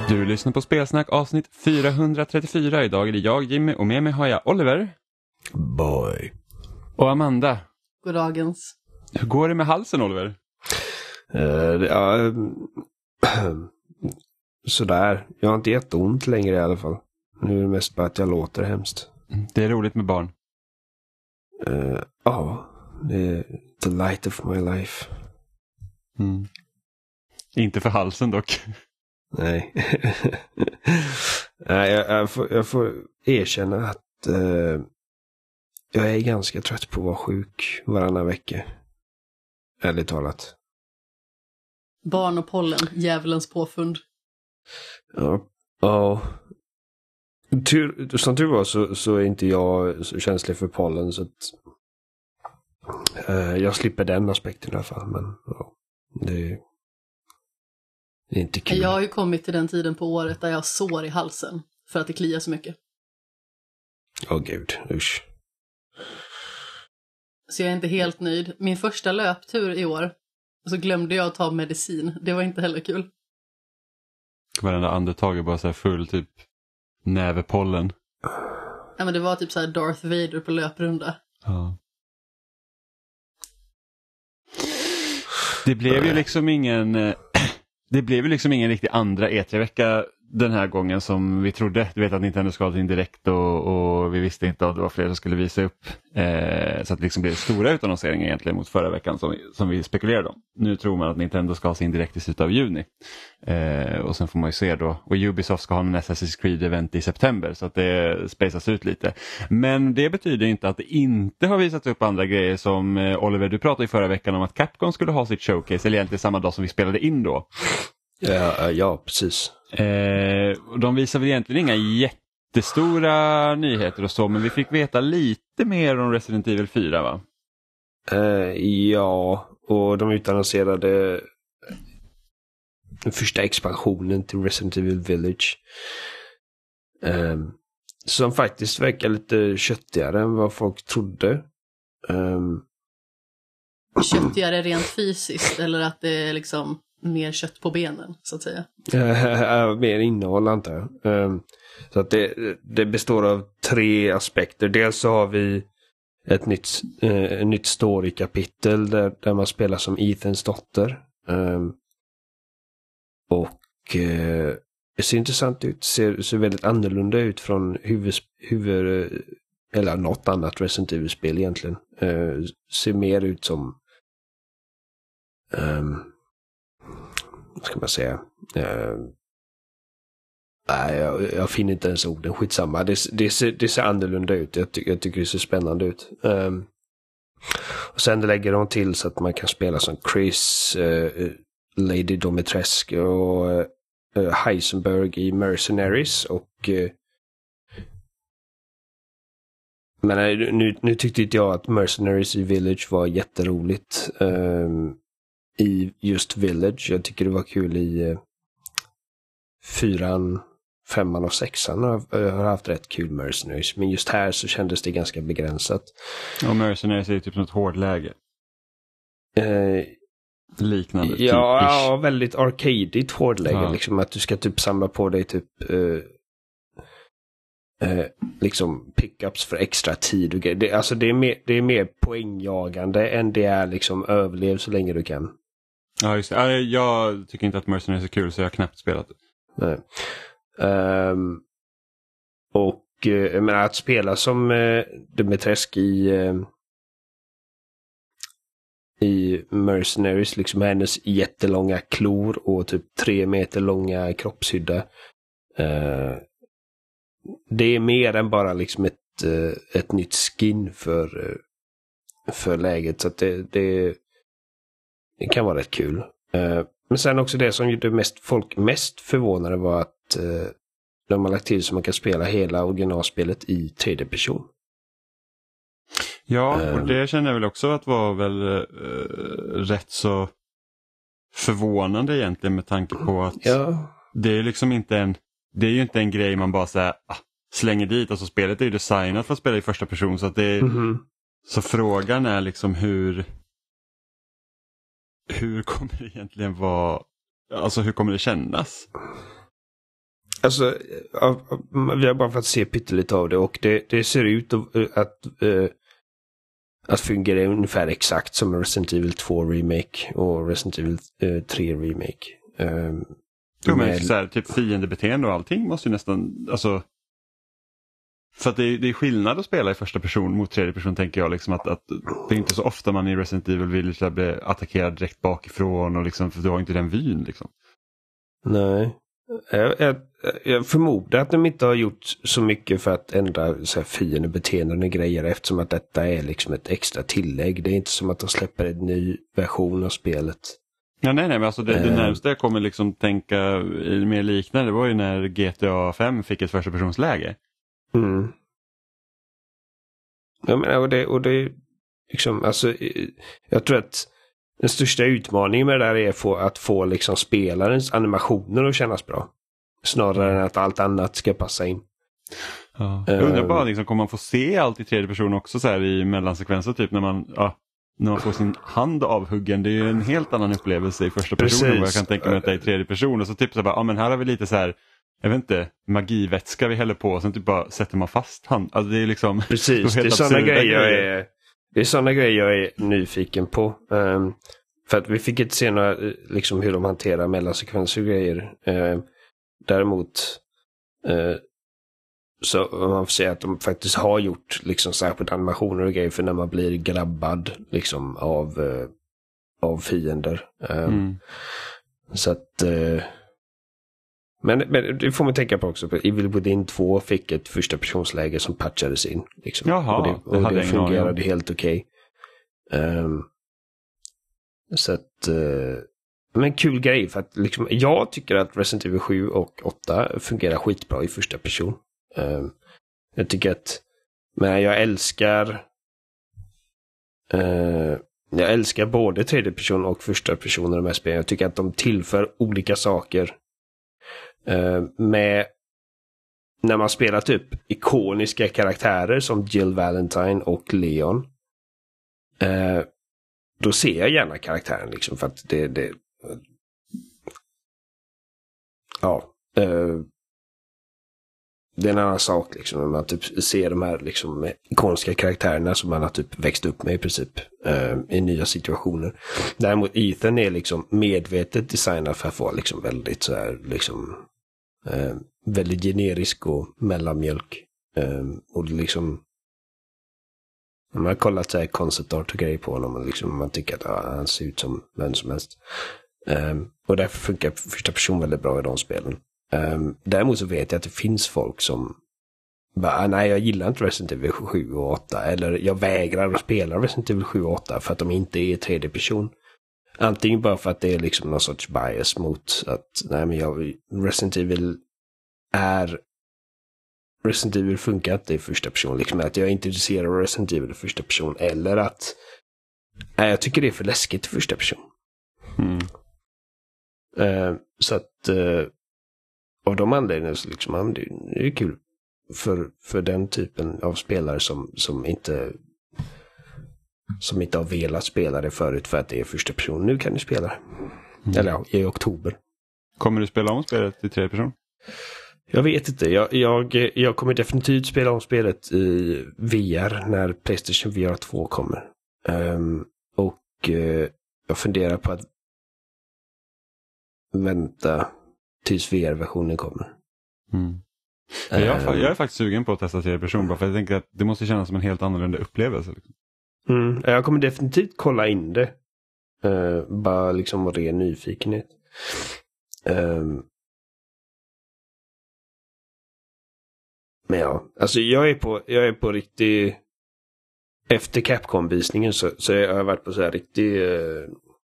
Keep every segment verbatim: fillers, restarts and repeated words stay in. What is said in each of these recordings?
Du lyssnar på Spelsnack avsnitt fyrahundratrettiofyra. Idag är det jag, Jimmy, och med mig har jag Oliver. Boy. Och Amanda. Goddagens. Hur går det med halsen, Oliver? Uh, ja, sådär. Jag har inte jätteont längre i alla fall. Nu är det mest bara att jag låter hemskt. Det är roligt med barn. Uh, ja, det är the light of my life. Mm. Inte för halsen dock. Nej. Nej, jag, jag, får, jag får erkänna att uh, jag är ganska trött på att vara sjuk varannan vecka. Ärligt talat. Barn och pollen, djävulens påfund. Ja, ja. Tur, som tur var så, så är inte jag så känslig för pollen, så att uh, jag slipper den aspekten i alla fall. Men ja, det, det är inte kul. Jag har ju kommit till den tiden på året där jag har sår i halsen för att det kliar så mycket. Åh oh, gud, usch. Så jag är inte helt nöjd. Min första löptur i år, så glömde jag att ta medicin. Det var inte heller kul. Varenda andetag är bara så här full typ nävepollen. Ja, men det var typ så här Darth Vader på löprunda. Ja. Det blev ju liksom ingen det blev ju liksom ingen riktig andra E tre-vecka den här gången som vi trodde. Du vet att Nintendo ska in direkt och, och vi visste inte att det var fler som skulle visa upp. Eh, så att det liksom blev stora utannonseringar egentligen mot förra veckan som, som vi spekulerade om. Nu tror man att Nintendo ska in direkt i slutet av juni. Eh, och sen får man ju se då. Och Ubisoft ska ha en Assassin's Creed-event i september så att det spacas ut lite. Men det betyder inte att det inte har visats upp andra grejer som eh, Oliver, du pratade i förra veckan om att Capcom skulle ha sitt showcase, eller egentligen samma dag som vi spelade in då. Ja, ja precis. Eh, de visar väl egentligen inga jättestora nyheter och så, men vi fick veta lite mer om Resident Evil fyra, va? Uh, ja, och de utannonserade den första expansionen till Resident Evil Village. Um, som faktiskt verkar lite köttigare än vad folk trodde. Um, Köttigare rent fysiskt, eller att det är liksom mer kött på benen, så att säga. Uh, mer innehåll, antar jag. Um, så att det, det består av tre aspekter. Dels så har vi ett nytt, uh, ett nytt story-kapitel där, där man spelar som Ethans dotter. Um, och uh, det ser intressant ut. Ser, ser väldigt annorlunda ut från huvud, huvud eller något annat Resident Evil-spel egentligen. Uh, ser mer ut som um, vad ska man säga? Uh, nej, jag, jag finner inte ens orden. Skitsamma. Det, det, ser, det ser annorlunda ut. Jag, ty, jag tycker det ser spännande ut. Um, och sen lägger de till så att man kan spela som Chris, uh, Lady Dimitrescu och uh, Heisenberg i Mercenaries. Och uh, men nu, nu tyckte inte jag att Mercenaries i Village var jätteroligt. Um, i just Village. Jag tycker det var kul i eh, fyran, femman och sexan. Jag har haft rätt kul Mercenaries. Men just här så kändes det ganska begränsat. Och Mercenaries är typ något hårdläge. Eh, Liknande. Ja, typ ja, väldigt arcadigt hårdläge. Ja. Liksom att du ska typ samla på dig typ eh, eh, liksom pickups för extra tid. Och det, alltså det är, mer, det är mer poängjagande än det är liksom överlev så länge du kan. Ja, just det. Jag tycker inte att Mercenaries är kul så jag har knappt spelat det. Nej. Um, och jag menar att spela som uh, Dimitrescu i uh, i Mercenaries, liksom hennes jättelånga klor och typ tre meter långa kroppshydda. Uh, det är mer än bara liksom ett, uh, ett nytt skin för, uh, för läget, så att det, det, det kan vara rätt kul. Uh, men sen också det som gjorde mest, folk mest förvånade var att uh, de har lagt till så man kan spela hela originalspelet i tredje person. Ja, och det känner jag väl också att var väl uh, rätt så förvånande egentligen med tanke på att ja. det är liksom inte en det är ju inte en grej man bara så här, ah, slänger dit. Alltså spelet är ju designat för att spela i första person så att det är, mm-hmm. Så frågan är liksom hur hur kommer det egentligen vara, alltså hur kommer det kännas? alltså, vi har bara fått se pyttelite av det och det, det ser ut att, att, uh, att fungera ungefär exakt som Resident Evil två Remake och Resident Evil uh, tre Remake. Uh, jo, men med... så här, typ fiendebeteende och allting måste ju nästan, alltså, för att det är, det är skillnad att spela i första person mot tredje person, tänker jag, liksom att, att det är inte så ofta man i Resident Evil vill så här, bli attackerad direkt bakifrån och liksom, för du har inte den vyn liksom. Nej. Jag, jag, jag förmodar att de inte har gjort så mycket för att ändra så här fiendebeteenden och grejer, eftersom att detta är liksom ett extra tillägg. Det är inte som att de släpper en ny version av spelet. Ja, nej, nej, men alltså det, det uh, närmaste jag kommer liksom tänka mer liknande, det var ju när G T A fem fick ett första personsläge. Mm. Ja, men, och det, och det liksom, alltså, jag tror att den största utmaningen med det där är att få, att få liksom spelarens animationer att kännas bra. Snarare än att allt annat ska passa in. Ja. Jag undrar bara, liksom, kommer man få se allt i tredje person också så här i mellansekvenser, typ när man, ja, när man får sin hand avhuggen? Det är ju en helt annan upplevelse i första person än vad jag kan tänka mig att det är i tredje person. Och så typ så bara, ja men här har vi lite så här, jag vet inte, magivätska vi häller på och sen typ bara sätter man fast hand. Alltså det är liksom... Precis, det är sådana grejer jag är, det är sådana grejer jag är nyfiken på. Um, för att vi fick inte se några, liksom hur de hanterar mellansekvenser och grejer. Uh, däremot uh, så man får säga att de faktiskt har gjort liksom särskilt animationer och grejer för när man blir grabbad liksom av, uh, av fiender. Um, mm. Så att... Uh, Men, men det får man tänka på också. Evil Within två fick ett första personsläge som patchades in. Liksom. Jaha, och det, och det, det fungerade helt okej. Okay. Um, så att... Uh, men kul grej. För att liksom, jag tycker att Resident Evil sju och åtta fungerar skitbra i första person. Um, jag tycker att... Men jag älskar... Uh, jag älskar både tredje person och första person i de här spelen. Jag tycker att de tillför olika saker. Uh, med när man spelar typ ikoniska karaktärer som Jill Valentine och Leon, uh, då ser jag gärna karaktären liksom, för att det, det uh, ja uh, det är en annan sak liksom, när man typ ser de här liksom ikoniska karaktärerna som man har typ växt upp med i princip uh, i nya situationer. Däremot Ethan är liksom medvetet designad för att vara liksom väldigt så här liksom Uh, väldigt generisk och mellanmjölk. Uh, och liksom man har kollat så här concept art och grejer på honom och liksom man tycker att uh, han ser ut som vem som helst. Uh, och därför funkar första person väldigt bra i de spelen. Uh, däremot så vet jag att det finns folk som bara, nej jag gillar inte Resident Evil sju och åtta, eller jag vägrar att spela Resident Evil sju och åtta för att de inte är tredje person. Antingen bara för att det är liksom någon sorts bias mot att nej men jag, Resident Evil är Resident Evil funkar inte i första person, liksom att jag är inte intresserad av Resident Evil i första person, eller att nej, jag tycker det är för läskigt i första person. Mm. Uh, så att uh, av de anledningarna så liksom, det, det är kul för, för den typen av spelare som, som inte som inte har velat spela det förut för att det är första person. Nu kan ni spela det. Mm. Eller ja, i oktober. Kommer du spela om spelet i tredje person? Jag vet inte. Jag, jag, jag kommer definitivt spela om spelet i V R när PlayStation V R två kommer. Um, och uh, jag funderar på att vänta tills V R-versionen kommer. Mm. Jag, är, jag är faktiskt sugen på att testa tredje person bara för jag tänker att det måste kännas som en helt annorlunda upplevelse. Mm, jag kommer definitivt kolla in det. Uh, bara liksom av ren nyfikenhet. Um, men ja, alltså jag är på, jag är på riktigt... Efter Capcom-visningen så, så jag har varit på så här riktig uh,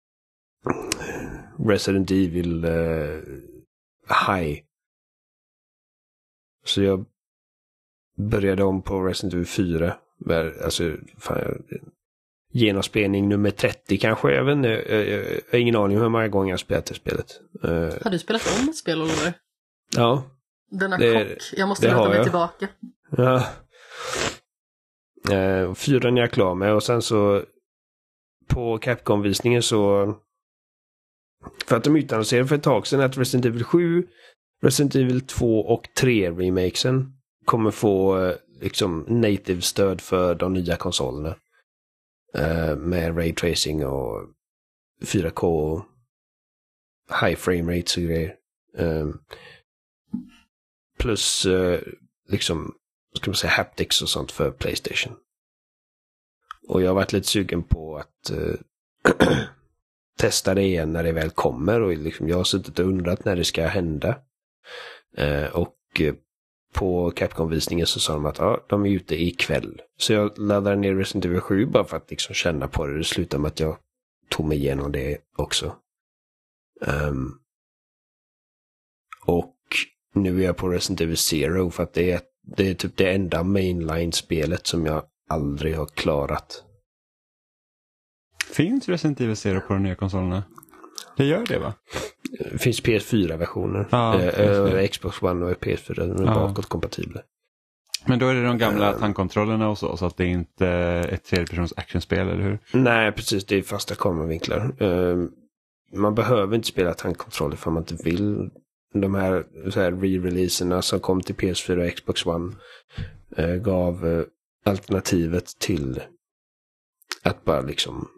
Resident Evil uh, high. Så jag började om på Resident Evil fyra. Alltså, fan, genomspelning nummer trettio kanske. Jag vet inte, jag, jag, jag har ingen aning hur många gånger jag spelat det spelet. Uh, har du spelat om ett spel, Oliver? Ja. Denna det, chock. Jag måste leta mig jag. tillbaka. Ja. Uh, fyran är jag klar med. Och sen så på Capcom-visningen så för att de utannonserade för ett tag sedan att Resident Evil sju Resident Evil två och tre remakesen kommer få liksom native stöd för de nya konsolerna. Uh, med ray tracing och fyra K high frame rates och grejer. Uh, plus uh, liksom, ska man säga, haptics och sånt för PlayStation. Och jag har varit lite sugen på att uh, testa det igen när det väl kommer. Och liksom, jag har suttit och undrat när det ska hända. Uh, och uh, på Capcom-visningen så sa de att ja, de är ute ikväll. Så jag laddade ner Resident Evil sju bara för att liksom känna på det. Det slutade med att jag tog mig igenom det också. Um, och nu är jag på Resident Evil Zero för att det är, det är typ det enda mainline-spelet som jag aldrig har klarat. Finns Resident Evil Zero på de nya konsolerna? Det gör det, va? Det finns P S fyra-versioner. Ja, äh, Xbox One och P S fyra. De är ja. bakåtkompatibla. Men då är det de gamla uh, tankkontrollerna och så, så att det är inte ett tredjepersons actionspel, eller hur? Nej, precis. Det är fasta kameravinklar. Uh, man behöver inte spela tankkontroller för man inte vill. De här, så här re-releaserna som kom till P S fyra och Xbox One uh, gav uh, alternativet till att bara liksom...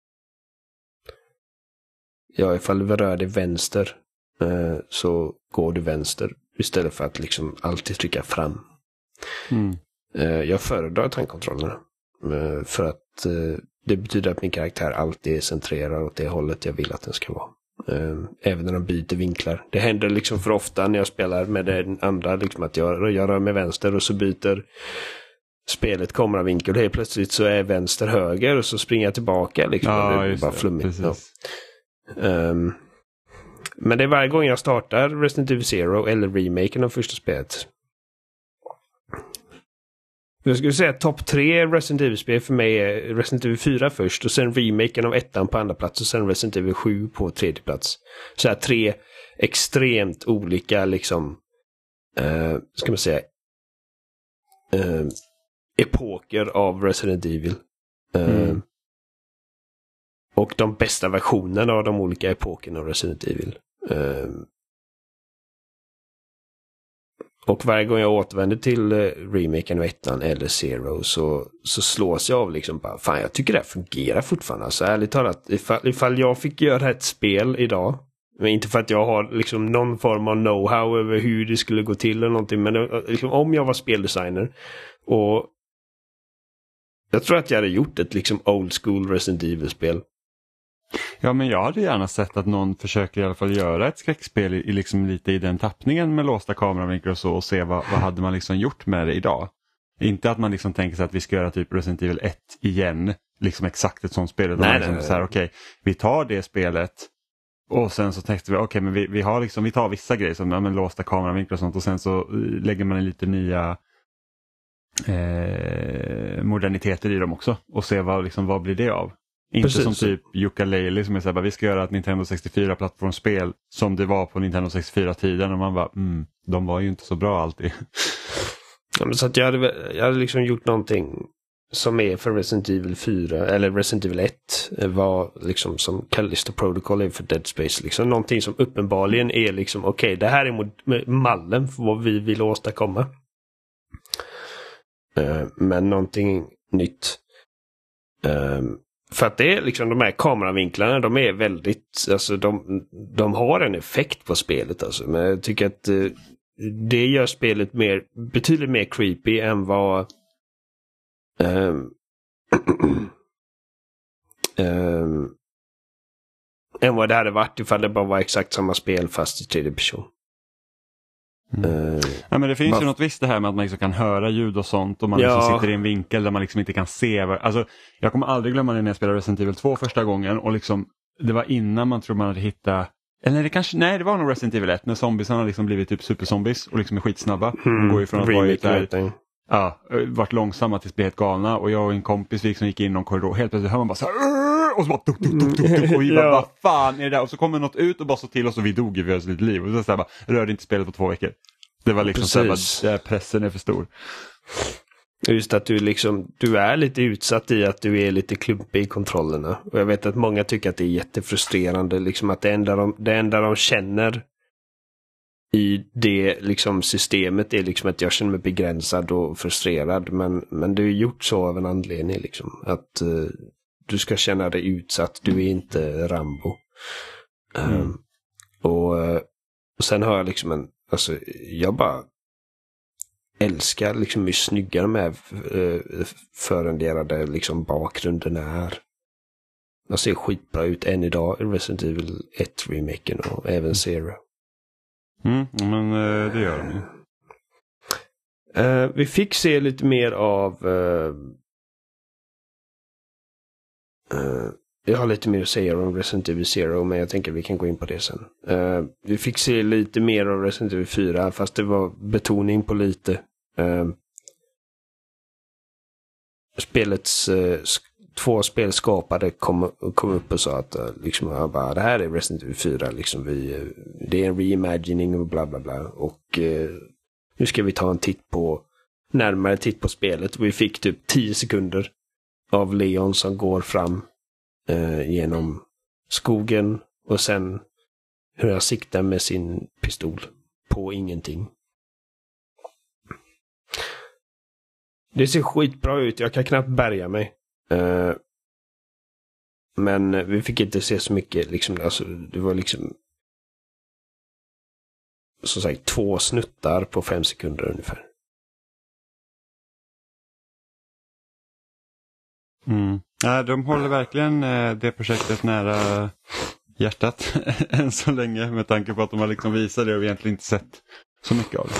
Ja, ifall du rör dig vänster uh, så går du vänster istället för att liksom alltid trycka fram. Mm. Uh, jag föredrar tankkontrollerna uh, för att uh, det betyder att min karaktär alltid är centrerad åt det hållet jag vill att den ska vara. Uh, även när de byter vinklar. Det händer liksom för ofta när jag spelar med den andra liksom att jag, jag rör mig vänster och så byter spelet kameravinkel och helt plötsligt så är vänster höger och så springer jag tillbaka liksom. Ja, det är just bara det, flummigt. Ja. Um, men det är varje gång jag startar Resident Evil Zero eller remaken av första spelet. Jag skulle säga att topp tre Resident Evil-spel för mig är Resident Evil fyra först och sen remaken av ettan på andra plats och sen Resident Evil sju på tredje plats. Så här tre extremt olika liksom uh, ska man säga uh, epoker av Resident Evil. Uh, mm. Och de bästa versionerna av de olika epokerna av Resident Evil. Uh, och varje gång jag återvänder till uh, remaken av ettan eller Zero så, så slås jag av liksom bara, fan jag tycker det här fungerar fortfarande. Så ärligt talat, ifall, ifall jag fick göra ett spel idag, men inte för att jag har liksom någon form av know-how över hur det skulle gå till eller någonting, men uh, liksom, om jag var speldesigner och jag tror att jag hade gjort ett liksom old school Resident Evil-spel. Ja, men jag hade gärna sett att någon försöker i alla fall göra ett skräckspel i, i liksom lite i den tappningen med låsta kameravinklar och så och se vad, vad hade man liksom gjort med det idag. Inte att man liksom tänker sig att vi ska göra typ Resident Evil ett igen, liksom exakt ett sånt spel. Nej, liksom nej, nej. Så här, okej, okay, vi tar det spelet och sen så tänkte vi, okej, okay, men vi, vi har liksom, vi tar vissa grejer som ja, men låsta kameravinklar och sånt och sen så lägger man in lite nya eh, moderniteter i dem också och se vad, liksom, vad blir det av. Inte precis. Som typ Yooka-Laylee som är så här, vi ska göra ett Nintendo sextiofyra-plattformsspel som det var på Nintendo sextiofyra-tiden och man bara, mm, de var ju inte så bra alltid. Ja, men så att jag hade, jag hade liksom gjort någonting som är för Resident Evil fyra eller Resident Evil ett var liksom som Callisto Protocol är för Dead Space. Liksom. Någonting som uppenbarligen är liksom, okej, okay, det här är mod- mallen för vad vi vill åstadkomma. Uh, men någonting nytt. Uh, För att det är liksom de här kameravinklarna, de är väldigt, alltså de, de har en effekt på spelet alltså. Men jag tycker att uh, det gör spelet mer, betydligt mer creepy än vad um, um, än vad det hade varit ifall det bara var exakt samma spel fast i tredje person. Mm. Uh, ja, men det finns man... ju något visst det här med att man liksom kan höra ljud och sånt och man ja. liksom sitter i en vinkel där man liksom inte kan se. Alltså, jag kommer aldrig glömma det när jag spelade Resident Evil två första gången och liksom, det var innan man tror man hade hittat, eller det kanske, nej det var nog Resident Evil ett när zombiesarna liksom blivit typ superzombies och liksom är skitsnabba. Mm. Går ju från att vara ju där, ja, varit långsamma tills bli helt galna och jag och en kompis vi liksom gick in i någon korridor helt plötsligt hör man bara så här, och så bara tuk, tuk, tuk, tuk, tuk, och vi bara, ja. Vad fan är det där? Och så kommer något ut och bara så till oss och vi dog i vi lite liv och så, så här bara, rörde inte spelet på två veckor. Det var liksom så här, bara, pressen är för stor. Just att du liksom, du är lite utsatt i att du är lite klumpig i kontrollerna. Och jag vet att många tycker att det är jättefrustrerande liksom att det enda de, det enda de känner i det liksom systemet är liksom att jag känner mig begränsad och frustrerad. Men, men det är gjort så av en anledning liksom. Att uh, du ska känna dig utsatt. Du är inte Rambo. Mm. Um, och, uh, och sen har jag liksom en... Alltså, jag bara älskar liksom hur snygga de här uh, förenderade liksom bakgrunden är. De ser skitbra ut än idag i Resident Evil ett-remaken och även Zero. Mm, men uh, det gör de ju. Uh, vi fick se lite mer av... Uh, uh, jag har lite mer att säga om Resident Evil Zero, men jag tänker att vi kan gå in på det sen. Uh, vi fick se lite mer av Resident Evil fyra, fast det var betoning på lite. Uh, spelets... Uh, Två spelskapare kom, kom upp och sa att liksom, jag bara, det här är Resident Evil fyra. Liksom, vi, det är en reimagining och bla bla bla. Och eh, nu ska vi ta en titt på närmare titt på spelet. Och vi fick typ tio sekunder av Leon som går fram eh, genom skogen. Och sen hur jag siktar med sin pistol på ingenting. Det ser skitbra ut. Jag kan knappt bärga mig. Uh, men vi fick inte se så mycket liksom, alltså, det var liksom som sagt två snuttar på fem sekunder ungefär. Mm. Ja, de håller verkligen eh, det projektet nära hjärtat än så länge, med tanke på att de har liksom visat det och vi egentligen inte sett så mycket av det.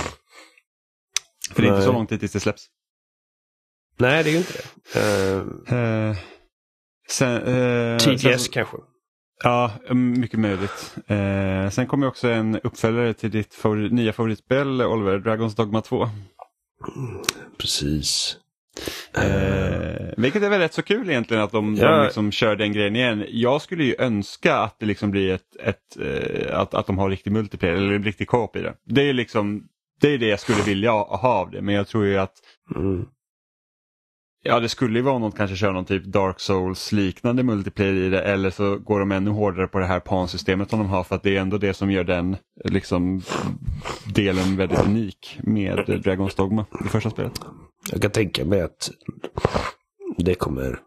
För det är inte så lång tid tills det släpps. Nej, det är ju inte det. Uh, uh, sen, uh, T G S sen, kanske. Ja, mycket möjligt. Uh, sen kommer också en uppföljare till ditt favorit, nya favoritspel, Oliver, Dragon's Dogma två. Mm, precis. Uh, vilket är väl rätt så kul egentligen att de, ja. de liksom kör den grejen igen. Jag skulle ju önska att det liksom blir ett, ett uh, att, att de har riktig multiplayer eller en riktig co-op i det. Det är liksom, det är det jag skulle vilja ha av det, men jag tror ju att mm. ja, det skulle ju vara något, kanske köra någon typ Dark Souls liknande multiplayer i det, eller så går de ännu hårdare på det här Pan-systemet som de har, för att det är ändå det som gör den liksom delen väldigt unik med Dragon's Dogma, det första spelet. Jag kan tänka mig att det kommer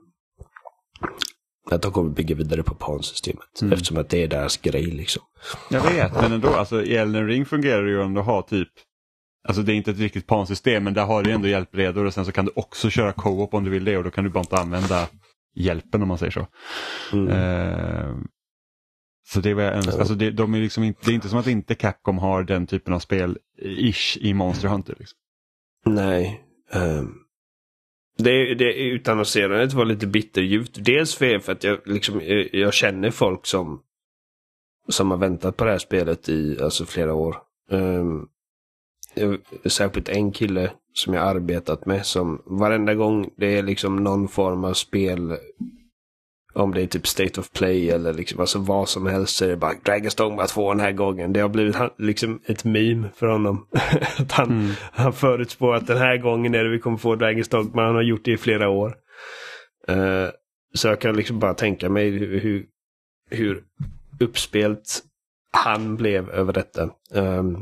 att de kommer bygga vidare på Pan-systemet, mm. eftersom att det är deras grej liksom. Jag vet, men ändå, alltså i Elden Ring fungerar det ju ändå att ha typ, alltså det är inte ett riktigt Pan-system, men där har du ändå hjälpredor och sen så kan du också köra co-op om du vill det, och då kan du bara inte använda hjälpen om man säger så. Mm. Uh, så det var jag önskar. Alltså det, de är liksom inte, det är inte som att inte Capcom har den typen av spel ish i Monster Hunter. Liksom. Nej. Um, det, det utannonserandet var lite bitterljuvt. Dels för, för att jag, liksom, jag, jag känner folk som som har väntat på det här spelet i alltså flera år. Um, särskilt en kille som jag arbetat med som varenda gång det är liksom någon form av spel, om det är typ State of Play eller liksom alltså vad som helst, så är det bara Dragon's Dogma två den här gången. Det har blivit liksom ett meme för honom. Att han, mm. han förutspår att den här gången är det vi kommer få Dragon's Dogma. Han har gjort det i flera år. Uh, så jag kan liksom bara tänka mig hur, hur uppspelt han blev över detta. Um,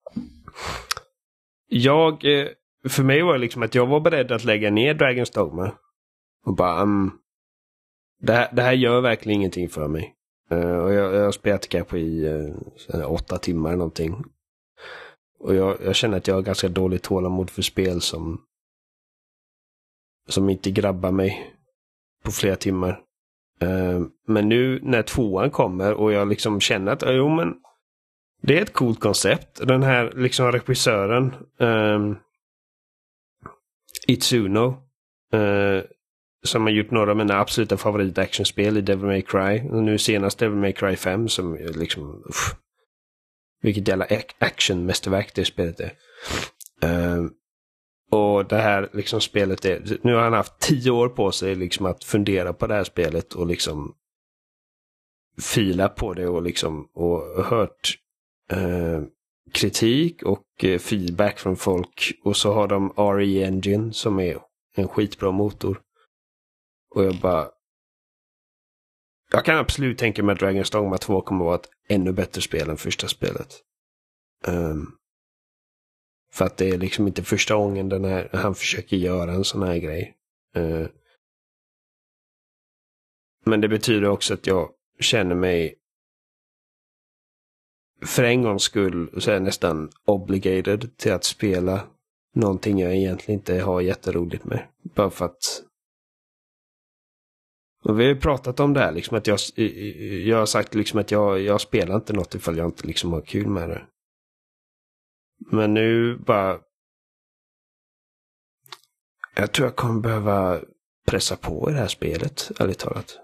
Jag, för mig var det liksom att jag var beredd att lägga ner Dragon's Dogma. Och bara, um, det, här, det här gör verkligen ingenting för mig. Uh, och jag, jag har spelat kanske i uh, åtta timmar eller någonting. Och jag, jag känner att jag har ganska dåligt tålamod för spel som som inte grabbar mig på flera timmar. Uh, men nu när tvåan kommer och jag liksom känner att, uh, jo men det är ett coolt koncept. Den här liksom regissören um, Itsuno uh, som har gjort några av mina absoluta favorit actionspel i Devil May Cry. Och nu senast Devil May Cry fem som liksom uff, vilket jävla actionmästerverk det spelet är. Uh, och det här liksom spelet är, nu har han haft tio år på sig liksom att fundera på det här spelet och liksom fila på det och liksom och hört Uh, kritik och uh, feedback från folk, och så har de R E Engine som är en skitbra motor, och jag bara jag kan absolut tänka mig att Dragon's Dogma två kommer att vara ett ännu bättre spel än första spelet. Um, för att det är liksom inte första gången den här, han försöker göra en sån här grej. Uh, men det betyder också att jag känner mig för en gångs skull så är jag nästan obligated till att spela någonting jag egentligen inte har jätteroligt med. Bara för att... Och vi har ju pratat om det här, liksom att jag, jag har sagt liksom att jag, jag spelar inte något ifall jag inte liksom har kul med det. Men nu bara... Jag tror jag kommer behöva pressa på i det här spelet, ärligt talat.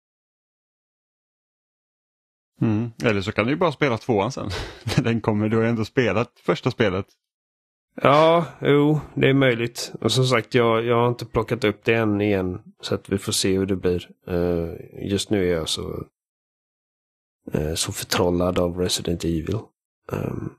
Mm. Eller så kan du ju bara spela tvåan sen. När den kommer, du har ju ändå spelat första spelet. Ja, jo, det är möjligt. Och som sagt, jag, jag har inte plockat upp det än igen. Så att vi får se hur det blir. Uh, just nu är jag så, uh, så förtrollad av Resident Evil. Um,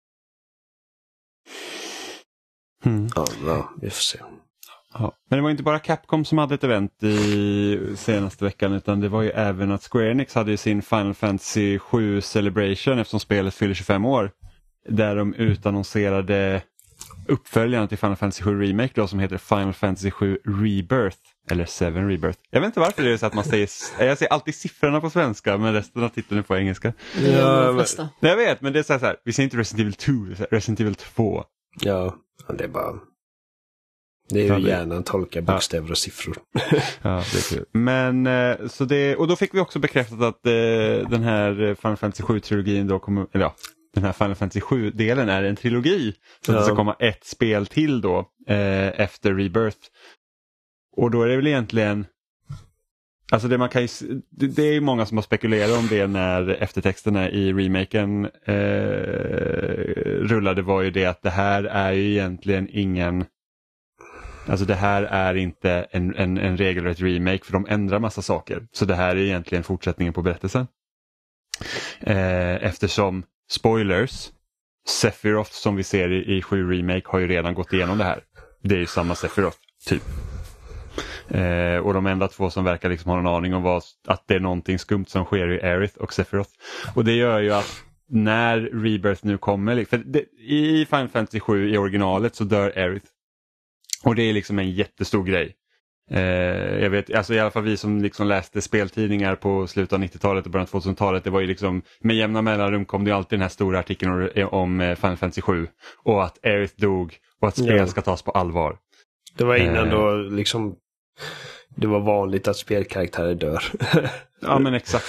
mm. ja, ja, vi får se. Ja. Men det var inte bara Capcom som hade ett event i senaste veckan, utan det var ju även att Square Enix hade sin Final Fantasy sju Celebration eftersom spelet fyller tjugofem år. Där de utannonserade uppföljaren till Final Fantasy sju Remake då, som heter Final Fantasy sju Rebirth. Eller sju Rebirth. Jag vet inte varför det är så att man säger... Jag säger alltid siffrorna på svenska, men resten av titeln är på engelska. Det är de flesta. Jag vet, men det är så här, så här vi säger inte Resident Evil två, så här, Resident Evil två. Ja, det är bara... Det är ju ja, det... hjärnan tolkar bokstäver ja. och siffror. Ja, det är kul. Men, så det... Och då fick vi också bekräftat att eh, den här Final Fantasy sju-trilogin då kommer... Eller ja, den här Final Fantasy sju-delen är en trilogi. Så ja. det ska komma ett spel till då eh, efter Rebirth. Och då är det väl egentligen... Alltså det man kan ju, det är ju många som har spekulerat om det när eftertexterna i remaken eh, rullade, var ju det att det här är ju egentligen ingen... Alltså det här är inte en, en, en regelrätt remake, för de ändrar massa saker. Så det här är egentligen fortsättningen på berättelsen. Eh, eftersom, spoilers, Sephiroth som vi ser i, i sju remake har ju redan gått igenom det här. Det är ju samma Sephiroth, typ. Eh, och de enda två som verkar liksom ha en aning om vad, att det är någonting skumt som sker i Aerith och Sephiroth. Och det gör ju att när Rebirth nu kommer, för det, i Final Fantasy sju i originalet så dör Aerith. Och det är liksom en jättestor grej. Eh, jag vet, alltså i alla fall vi som liksom läste speltidningar på slutet av nittiotalet och början av tvåtusentalet, det var ju liksom med jämna mellanrum kom det ju alltid den här stora artikeln om Final Fantasy sju och att Aerith dog och att spel ja. ska tas på allvar. Det var innan eh. då liksom det var vanligt att spelkaraktärer dör. Ja, men exakt.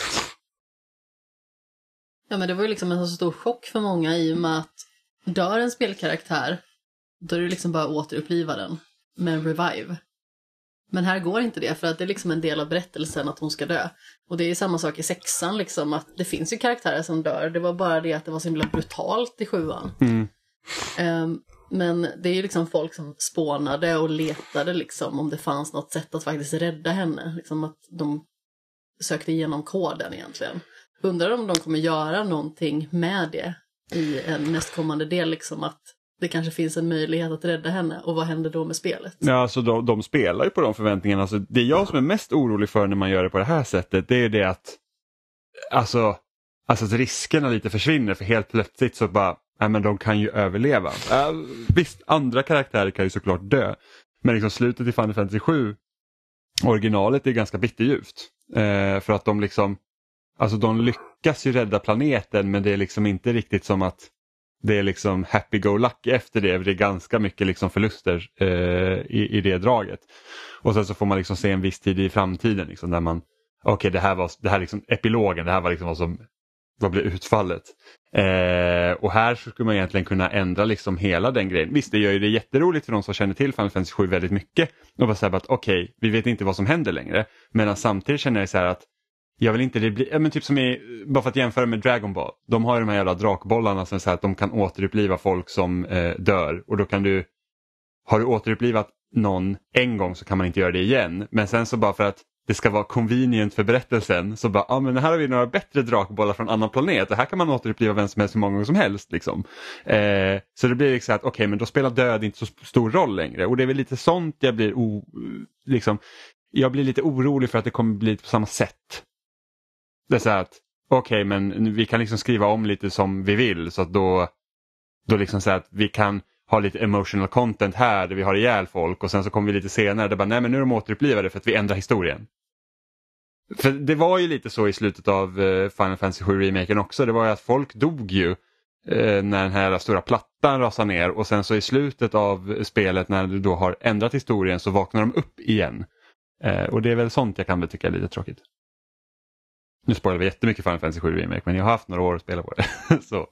Ja, men det var ju liksom en så stor chock för många i och med att dör en spelkaraktär, då är det liksom bara återuppliva den med en revive. Men här går inte det, för att det är liksom en del av berättelsen att hon ska dö. Och det är ju samma sak i sexan liksom, att det finns ju karaktärer som dör. Det var bara det att det var så himla brutalt i sjuan. Mm. Um, men det är ju liksom folk som spånade och letade liksom om det fanns något sätt att faktiskt rädda henne. Liksom att de sökte igenom koden egentligen. Undrar om de kommer göra någonting med det i en nästkommande del, liksom att det kanske finns en möjlighet att rädda henne. Och vad händer då med spelet? Ja, alltså de, de spelar ju på de förväntningarna. Alltså, det jag som är mest orolig för när man gör det på det här sättet, det är det att alltså, alltså att riskerna lite försvinner. För helt plötsligt så bara, ja, men de kan ju överleva. Äh, visst, andra karaktärer kan ju såklart dö. Men liksom slutet i Final Fantasy sju, originalet är ganska bitterljuvt. Eh, för att de liksom, alltså de lyckas ju rädda planeten, men det är liksom inte riktigt som att det är liksom happy-go-lucky efter det. Det är ganska mycket liksom förluster eh, i, i det draget. Och sen så får man liksom se en viss tid i framtiden liksom, där man, okej okay, det här var det här liksom epilogen, det här var liksom vad som vad blev utfallet. Eh, och här så skulle man egentligen kunna ändra liksom hela den grejen. Visst, det gör ju det jätteroligt för de som känner till Final Fantasy sju väldigt mycket. Och bara säga att okej, okay, vi vet inte vad som händer längre. Men samtidigt känner jag så här att jag vill inte det bli, ja, men typ som i, bara för att jämföra med Dragon Ball. De har ju de här jävla drakbollarna som säger att de kan återuppliva folk som eh, dör. Och då kan du, har du återupplivat någon en gång så kan man inte göra det igen. Men sen så bara för att det ska vara convenient för berättelsen så bara, ja ah, men här har vi några bättre drakbollar från en annan planet. Och här kan man återuppliva vem som helst hur många gånger som helst liksom. Eh, så det blir liksom att okej, okay, men då spelar död inte så stor roll längre. Och det är väl lite sånt jag blir o, liksom, jag blir lite orolig för att det kommer bli på samma sätt. Det är så här att okej, okay, men vi kan liksom skriva om lite som vi vill, så att då Då liksom så här att vi kan ha lite emotional content här där vi har ihjäl folk och sen så kommer vi lite senare där bara nej men nu är de återupplivade för att vi ändrar historien. För det var ju lite så i slutet av uh, Final Fantasy sju remaken också. Det var ju att folk dog ju uh, när den här stora plattan rasade ner och sen så i slutet av spelet när du då har ändrat historien så vaknar de upp igen. Uh, och det är väl sånt jag kan väl tycka är lite tråkigt. Nu spoilar vi jättemycket Final Fantasy sju remake men jag har haft några år att spela på det. så.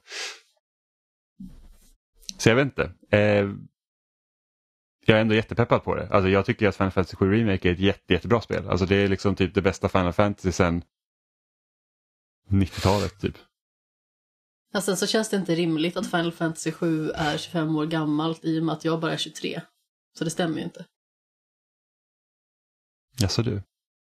så jag vet inte. Uh, Jag är ändå jättepeppad på det. Alltså jag tycker att Final Fantasy sju Remake är ett jätte, jättebra spel. Alltså det är liksom typ det bästa Final Fantasy sedan nittiotalet typ. Ja, sen så känns det inte rimligt att Final Fantasy sju är tjugofem år gammalt i och med att jag bara är tjugotre. Så det stämmer ju inte. Ja, så du.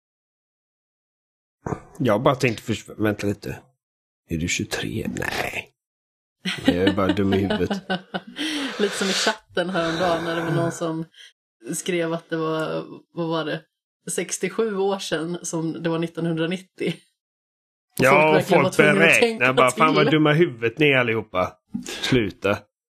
Jag bara tänkte först, vänta lite. Är du tjugotre? Nej. Jag är bara dum i huvudet. Lite som i chatten häromdagen när det var någon som skrev att det var, vad var det, sextiosju år sedan som det var nittonhundranittio. Och ja, folk, folk beräknar bara, fan vad dumma huvudet ni är allihopa. Sluta.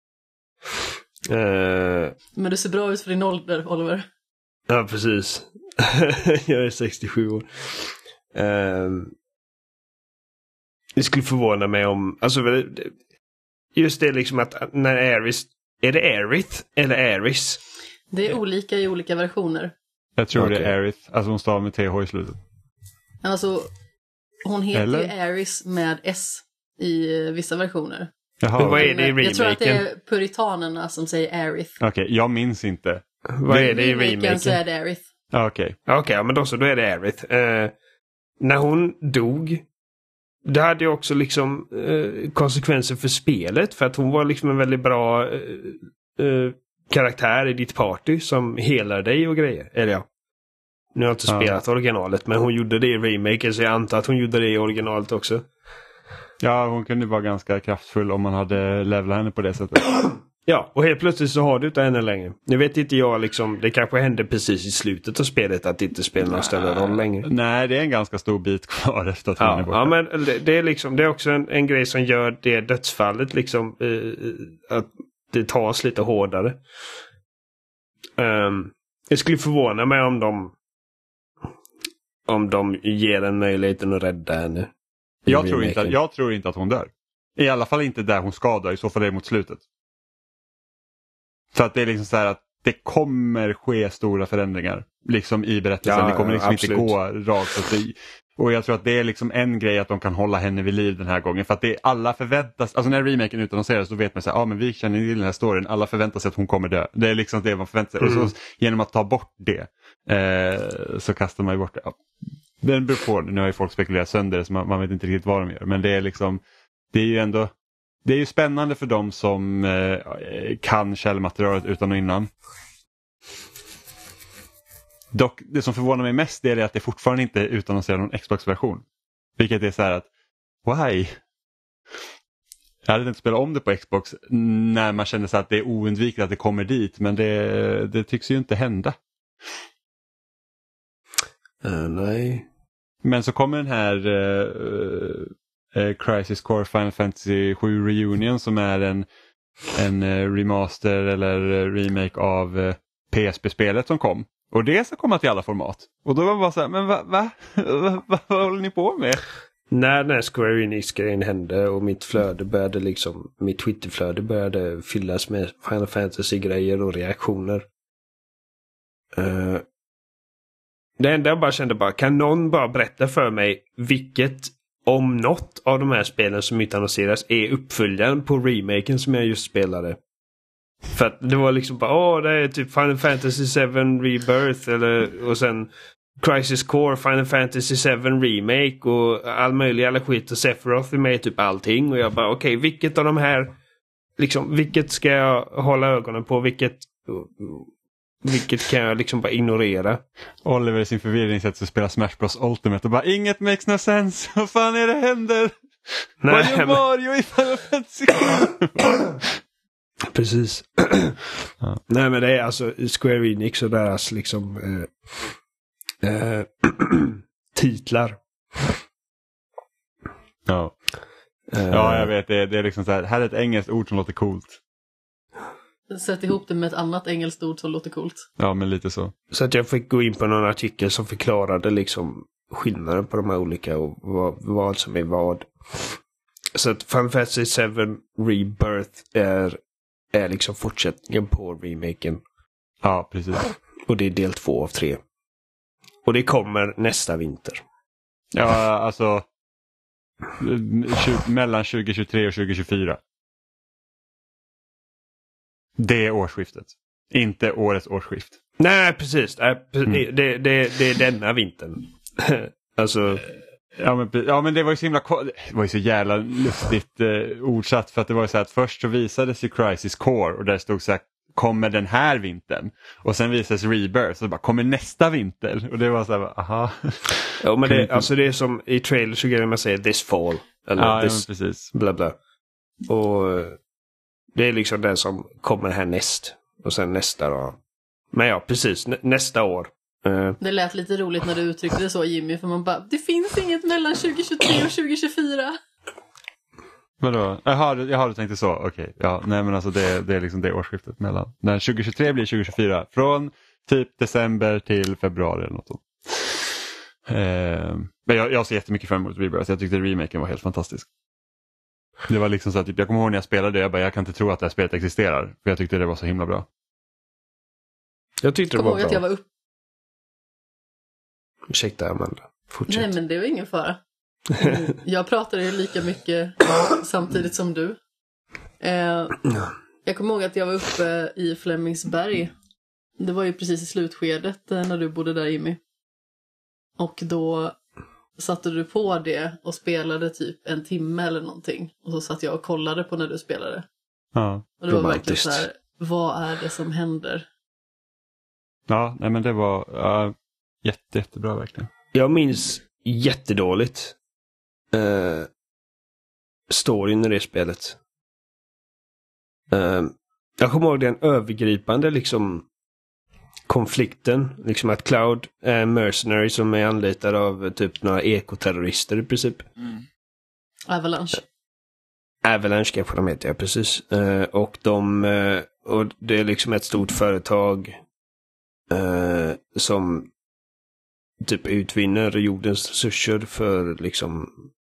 Uh... Men du ser bra ut för din ålder, Oliver. Ja, precis. Jag är sextiosju år. Uh... Det skulle förvåna mig om, alltså just det liksom att när Aerith, är det Aerith eller Aeris? Det är olika i olika versioner. Jag tror okay. det är Aerith, alltså hon stavar med T H i slutet. Alltså, hon heter eller? ju Aeris med S i vissa versioner. Jaha, men vad är det i remaken? Jag tror att det är puritanerna som säger Aerith. Okej, okay, jag minns inte. Vad är det i remaken? Så är det Aerith. Okej. Okay. Okej, okay, men då så, då är det Aerith. Uh, när hon dog, det hade ju också liksom uh, konsekvenser för spelet. För att hon var liksom en väldigt bra uh, uh, karaktär i ditt party som helar dig och grejer. Eller ja. Nu har jag inte spelat ja. originalet, men hon gjorde det i remaken så jag antar att hon gjorde det i originalet också. Ja, hon kunde vara ganska kraftfull om man hade levlat henne på det sättet. Ja, och helt plötsligt så har du inte henne längre. Nu vet inte jag liksom, det kanske hände precis i slutet av spelet att det inte spelar någon större roll längre. Nej, det är en ganska stor bit kvar efter att hon ja, är borta. Ja, men det, det är liksom, det är också en, en grej som gör det dödsfallet liksom, eh, att det tas lite hårdare. Um, jag skulle förvåna mig om de om de ger en möjligheten att rädda henne. Jag tror, inte, jag tror inte att hon dör. I alla fall inte där hon ska dö, i så fall är det mot slutet. Så att det är liksom så här att det kommer ske stora förändringar liksom i berättelsen. Ja, det kommer liksom absolut. inte gå rakt. Och jag tror att det är liksom en grej att de kan hålla henne vid liv den här gången. För att det är, alla förväntas, alltså när remaken utannonseras så vet man så här, ja ah, men vi känner till den här storyn, alla förväntar sig att hon kommer dö. Det är liksom det man förväntar sig. Mm. Och så genom att ta bort det eh, så kastar man ju bort det. Ja. Det beror på, nu har ju folk spekulerat sönder så man, man vet inte riktigt vad de gör. Men det är liksom, det är ju ändå, det är ju spännande för dem som eh, kan källmaterialet utan och innan. Dock, det som förvånar mig mest är att det fortfarande inte är utannonserad någon Xbox-version. Vilket är så här att, why? Jag hade inte spelat om det på Xbox när man kände så att det är oundvikligt att det kommer dit. Men det, det tycks ju inte hända. Uh, nej. Men så kommer den här uh, uh, Crisis Core Final Fantasy sju Reunion som är en, en uh, remaster eller uh, remake av uh, P S P-spelet som kom. Och det ska komma till alla format. Och då var man bara så här, men va? va? va, va vad håller ni på med? När den här Square Enix-grejen hände och mitt flöde började liksom, mitt Twitterflöde började fyllas med Final Fantasy-grejer och reaktioner. Uh, det enda jag bara kände bara, kan någon bara berätta för mig vilket, om något av de här spelen som utannonseras är uppföljaren på remaken som jag just spelade? För att det var liksom bara, åh det är typ Final Fantasy sju Rebirth eller, och sen Crisis Core, Final Fantasy sju Remake och all möjlig alla skit och Sephiroth är med i typ allting och jag bara okej, okay, vilket av de här liksom, vilket ska jag hålla ögonen på, vilket vilket kan jag liksom bara ignorera? Oliver i sin förvirring sätter sig och spelar Smash Bros Ultimate och bara, inget makes no sense, vad fan är det händer? Nej, vad gör Mario men... i Final Fantasy? Precis. Ja. Nej men det är alltså Square Enix och deras liksom eh, eh, titlar. Ja. Uh, ja, jag vet. Det är, det är liksom så här, här är ett engelskt ord som låter coolt. sätt ihop det med ett annat engelskt ord som låter coolt. Ja, men lite så. Så att jag fick gå in på någon artikel som förklarade liksom skillnaden på de här olika och vad, vad som är vad. Så att Final Fantasy seven Rebirth är, är liksom fortsättningen på remaken. Ja, precis. Och det är del två av tre. Och det kommer nästa vinter. Ja, alltså mellan tjugo tjugotre och tjugo tjugofyra. Det är årsskiftet. Inte årets årsskift. Nej, precis. Nej, pre- Mm. det, det, det är denna vintern. Alltså... Ja men, ja men det var ju så himla det var ju så jävla lustigt eh, ordsatt för att det var ju så här att först så visades ju Crisis Core och där stod så här kommer den här vintern och sen visades Rebirth och bara kommer nästa vinter och det var så här aha. Ja men det, alltså det är som i trailers så kan man säga this fall eller ja, this ja, precis. bla bla. Och det är liksom den som kommer härnäst och sen nästa då. Men ja precis nä- nästa år. Uh, Det lät lite roligt när du uttryckte det så, Jimmy, för man bara, det finns inget mellan tjugo tjugotre och tjugo tjugofyra. Vadå? Jaha, jag har tänkt så. Okej. Okay. Ja, nej men alltså det, det är liksom det årsskiftet mellan. När tjugo tjugotre blir tjugo tjugofyra. Från typ december till februari eller något sånt. Eh, men jag, jag ser jättemycket fram emot Rebirth. Jag tyckte remaken var helt fantastisk. Det var liksom så att typ, jag kommer ihåg när jag spelade det. Jag bara, jag kan inte tro att det här spelet existerar. För jag tyckte det var så himla bra. jag tyckte det Kom var ihåg att bra. jag var upp. Ursäkta Amanda. Fortsätt. Nej men det var ingen fara. Jag pratade ju lika mycket samtidigt som du. Eh, jag kommer ihåg att jag var uppe i Flemingsberg. Det var ju precis i slutskedet eh, när du bodde där, Jimmy. Och då satte du på det och spelade typ en timme eller någonting. Och så satt jag och kollade på när du spelade. Ja. Och det var verkligen Romantiskt. så här, vad är det som händer? Ja, nej men det var ja, jätte, jättebra verkligen. Jag minns jättedåligt uh, storyn i det spelet. Uh, jag kommer ihåg den övergripande liksom konflikten. Liksom att Cloud är en mercenary som är anlitad av typ några ekoterrorister i princip. Mm. Avalanche. Avalanche kanske de heter, ja precis. Uh, och de uh, och det är liksom ett stort företag uh, som typ utvinner jordens resurser för liksom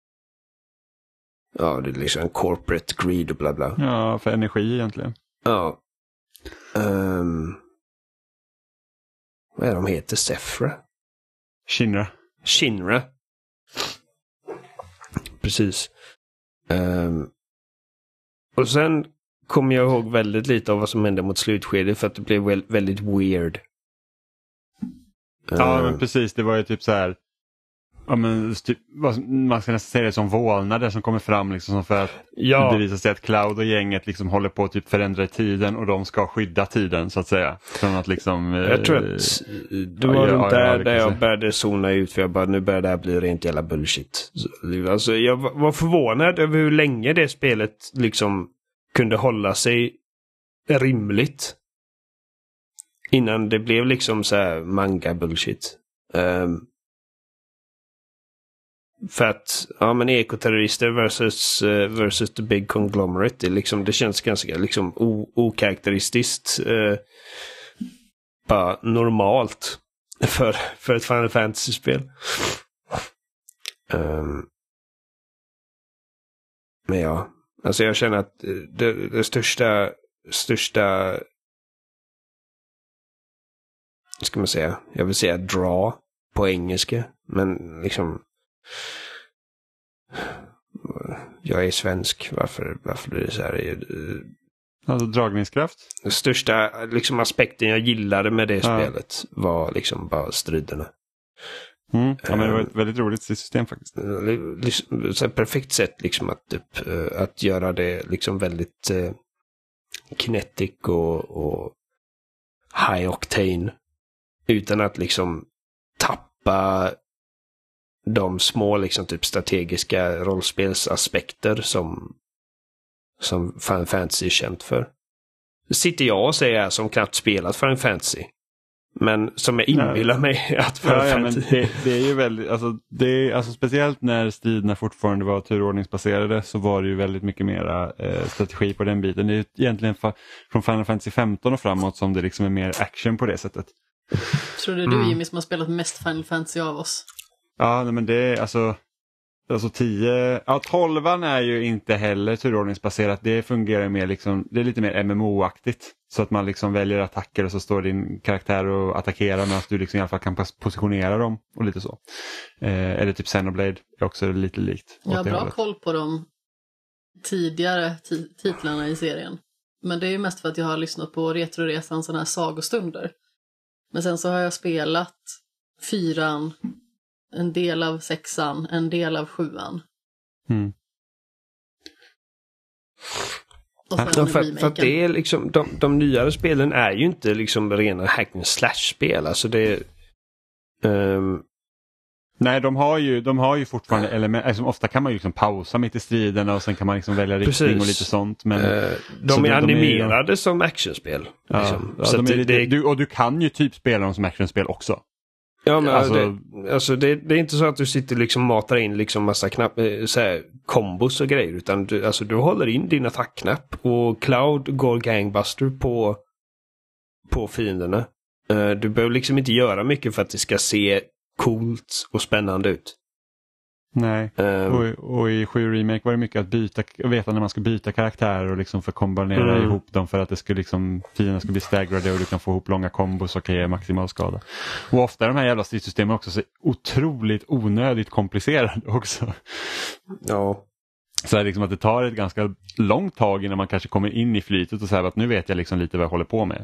ja, det är liksom en corporate greed och bla bla. Ja, för energi egentligen. Ja. Um, vad är de heter? Sephra? Shinra. Shinra. Precis. Um, och sen kommer jag ihåg väldigt lite av vad som hände mot slutskedet för att det blev väl, väldigt weird. Ja, Um, men precis. Det var ju typ så här. Ja, men typ, man ska nästan säga det som vålnader som kommer fram liksom för att ja. det visar sig att Cloud och gänget liksom håller på att typ förändra tiden och de ska skydda tiden så att säga. Från att liksom... Jag tror eh, att det var ja, runt ja, där, ja, där jag se. började zona ut för jag bara, nu börjar det här bli rent jävla bullshit. Alltså, jag var förvånad över hur länge det spelet liksom kunde hålla sig rimligt. Innan det blev liksom så här manga bullshit. Um, för att, ja men ekoterrorister versus, uh, versus the big conglomerate, det, liksom, det känns ganska liksom o- okaraktäristiskt. Uh, bara normalt för, för ett Final Fantasy-spel. Um, men ja, alltså jag känner att det, det största största ska man säga, jag vill säga draw på engelska, men liksom jag är svensk, varför, varför blir det så här? Alltså dragningskraft. Den största liksom, aspekten jag gillade med det ja. spelet var liksom bara striderna. Mm. Ja, men det var ett väldigt roligt system faktiskt. Liksom, så ett perfekt sätt liksom att, typ, att göra det liksom väldigt uh, kinetic och, och high octane. Utan att liksom tappa de små liksom typ strategiska rollspelsaspekter som som Final Fantasy är känt för. Sitter jag och säger som knappt spelat Final Fantasy. Men som jag inbillar mig att Final ja, ja, men Fantasy... det, det är ju väldigt, alltså, det är, alltså speciellt när striderna fortfarande var turordningsbaserade så var det ju väldigt mycket mera eh, strategi på den biten. Det är ju egentligen fa- från Final Fantasy femton och framåt som det liksom är mer action på det sättet. Tror du du Jimmy som har spelat mest Final Fantasy av oss? Ja, nej, men det är alltså... Alltså tio, ja tolvan är ju inte heller turordningsbaserat. Det fungerar mer liksom, det är lite mer M M O-aktigt. Så att man liksom väljer attacker och så står din karaktär och attackerar medan du liksom i alla fall kan positionera dem och lite så. Eh, eller typ Xenoblade är också lite likt. Jag har bra hållet. koll på de tidigare t- titlarna i serien. Men det är ju mest för att jag har lyssnat på Retroresan sådana här sagostunder. Men sen så har jag spelat fyran, en del av sexan, en del av sjuan. Mm. Och sen Ja, för, remaken. för att det är liksom, de, de nyare spelen är ju inte liksom rena hack and slash-spel. Alltså det um... Nej, de har ju, de har ju fortfarande element, alltså ofta kan man ju liksom pausa mitt i striderna och sen kan man liksom välja riktning Precis. och lite sånt. Men, uh, de är de, animerade de är, som actionspel. Ja, Liksom. ja, Så de är det, lite, det, du, och du kan ju typ spela dem som actionspel också. Ja, men Alltså- det, alltså det, det är inte så att du sitter liksom matar in liksom massa knapp, eh, så här, kombos och grejer, utan du, alltså du håller in din attackknapp och Cloud går gangbuster på, på fienderna. Uh, du behöver liksom inte göra mycket för att det ska se coolt och spännande ut. Nej, Um, och, och i sju Remake var det mycket att byta, veta när man ska byta karaktärer och liksom få kombinera Mm. ihop dem för att det skulle liksom, fienderna ska bli staggrade och du kan få ihop långa kombos och kan ge maximal skada. Och ofta är de här jävla stridssystemen också så otroligt onödigt komplicerade också. ja. Så är det liksom att det tar ett ganska långt tag innan man kanske kommer in i flytet och säger att nu vet jag liksom lite vad jag håller på med.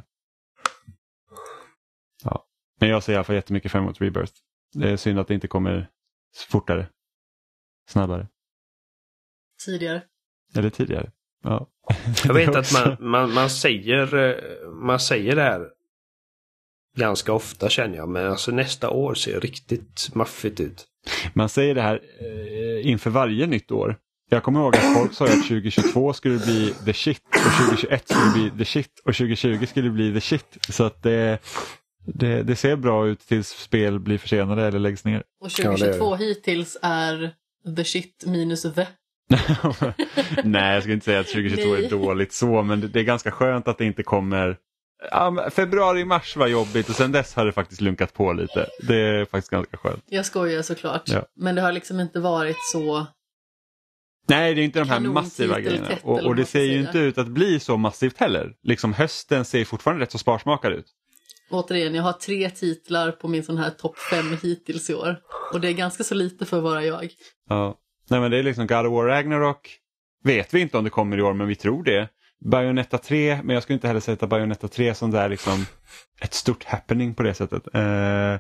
Ja. Men jag ser i alla fall jättemycket fram emot Rebirth. Det är synd att det inte kommer fortare. Snabbare. Tidigare. Eller tidigare. Ja. Jag vet att man, man, man, säger, eh, man säger det här ganska ofta, känner jag, men alltså nästa år ser riktigt maffigt ut. Man säger det här eh, inför varje nytt år. Jag kommer ihåg att folk sa att tjugo tjugotvå skulle bli the shit och tjugo tjugoett skulle bli the shit och tjugo tjugo skulle bli the shit. Så att det, det, det ser bra ut tills spel blir försenade eller läggs ner. Och tjugo tjugotvå hittills är the shit minus the. Nej, jag skulle inte säga att tjugo tjugotvå Nej. är dåligt så, men det, det är ganska skönt att det inte kommer... Ja, februari-mars var jobbigt och sen dess har det faktiskt lunkat på lite. Det är faktiskt ganska skönt. Jag skojar såklart. Ja. Men det har liksom inte varit så... Nej, det är inte de här Kanon, massiva titel, grejerna. tätt, Och, eller och det vad ser man ju ska inte ut att bli så massivt heller. Liksom hösten ser fortfarande rätt så sparsmakad ut. Återigen, jag har tre titlar på min sån här topp fem hittills i år. Och det är ganska så lite för att vara jag. Ja. Nej, men det är liksom God of War Ragnarok. Vet vi inte om det kommer i år, men vi tror det. Bayonetta tre, men jag skulle inte heller sätta Bayonetta tre som där liksom ett stort happening på det sättet. Eh...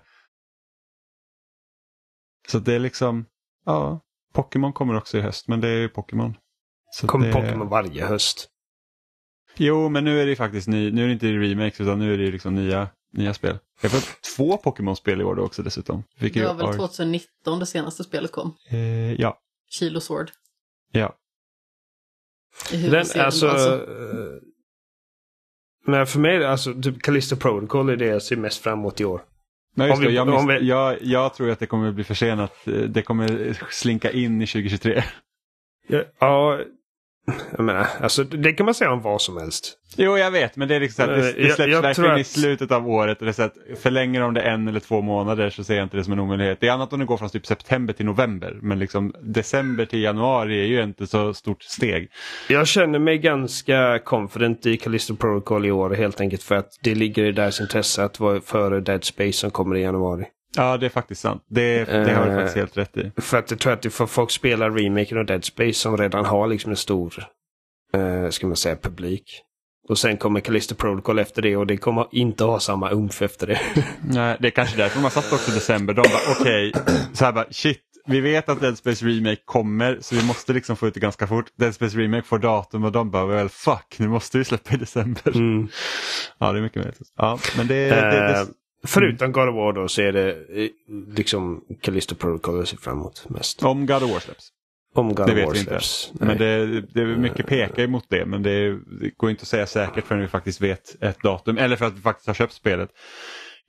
Så det är liksom, ja, Pokémon kommer också i höst, men det är ju Pokémon. Så Kommer det... Pokémon varje höst? Jo, men nu är det faktiskt ny, nu är det inte remakes utan nu är det liksom nya, nya spel. Jag har fått två Pokémon-spel i år då också dessutom. Fick Det ju var väl Ar- tjugonitton det senaste spelet kom. Eh, ja, Kilo Sword. ja. I Den, huvudserien, alltså, alltså. eh, men för mig, alltså, typ Callisto Protocol är det jag ser mest fram emot i år. Men just Om vi- det, jag, om miss, vi- jag, jag tror att det kommer bli försenat. Det kommer slinka in i tjugo tjugotre. Ja, ja, jag menar, alltså det kan man säga om vad som helst. Jo, jag vet, men det är liksom så att det, det Jag- släpps jag verkligen tror i att- slutet av året. Och det är så att förlänger de det en eller två månader så ser jag inte det som en omöjlighet. Det är annat om det går från typ september till november. Men liksom december till januari är ju inte så stort steg. Jag känner mig ganska confident i Callisto Protocol i år, helt enkelt för att det ligger i deras intresse att vara före Dead Space som kommer i januari. Ja, det är faktiskt sant. Det, det har du Eh, faktiskt helt rätt i. För att jag tror att det får folk spela remaken av Dead Space som redan har liksom en stor, eh, ska man säga, publik. Och sen kommer Callisto Protocol efter det och det kommer inte ha samma umf efter det. Nej, det är kanske därför man satt också i december. De bara, okej, så här bara, shit, vi vet att Dead Space Remake kommer så vi måste liksom få ut det ganska fort. Dead Space Remake får datum och de bara, well fuck, nu måste vi släppa i december. Mm. Ja, det är mycket möjligt. Ja, men det, det, det, Eh, förutom God of War då så är det eh, liksom Callisto Protocol jag ser fram emot mest. om God of War släpps. Om God Det of vet War vi inte. släpps. Men Nej. det, det är mycket pekar emot det, men det, det går inte att säga säkert förrän vi faktiskt vet ett datum. Eller för att vi faktiskt har köpt spelet.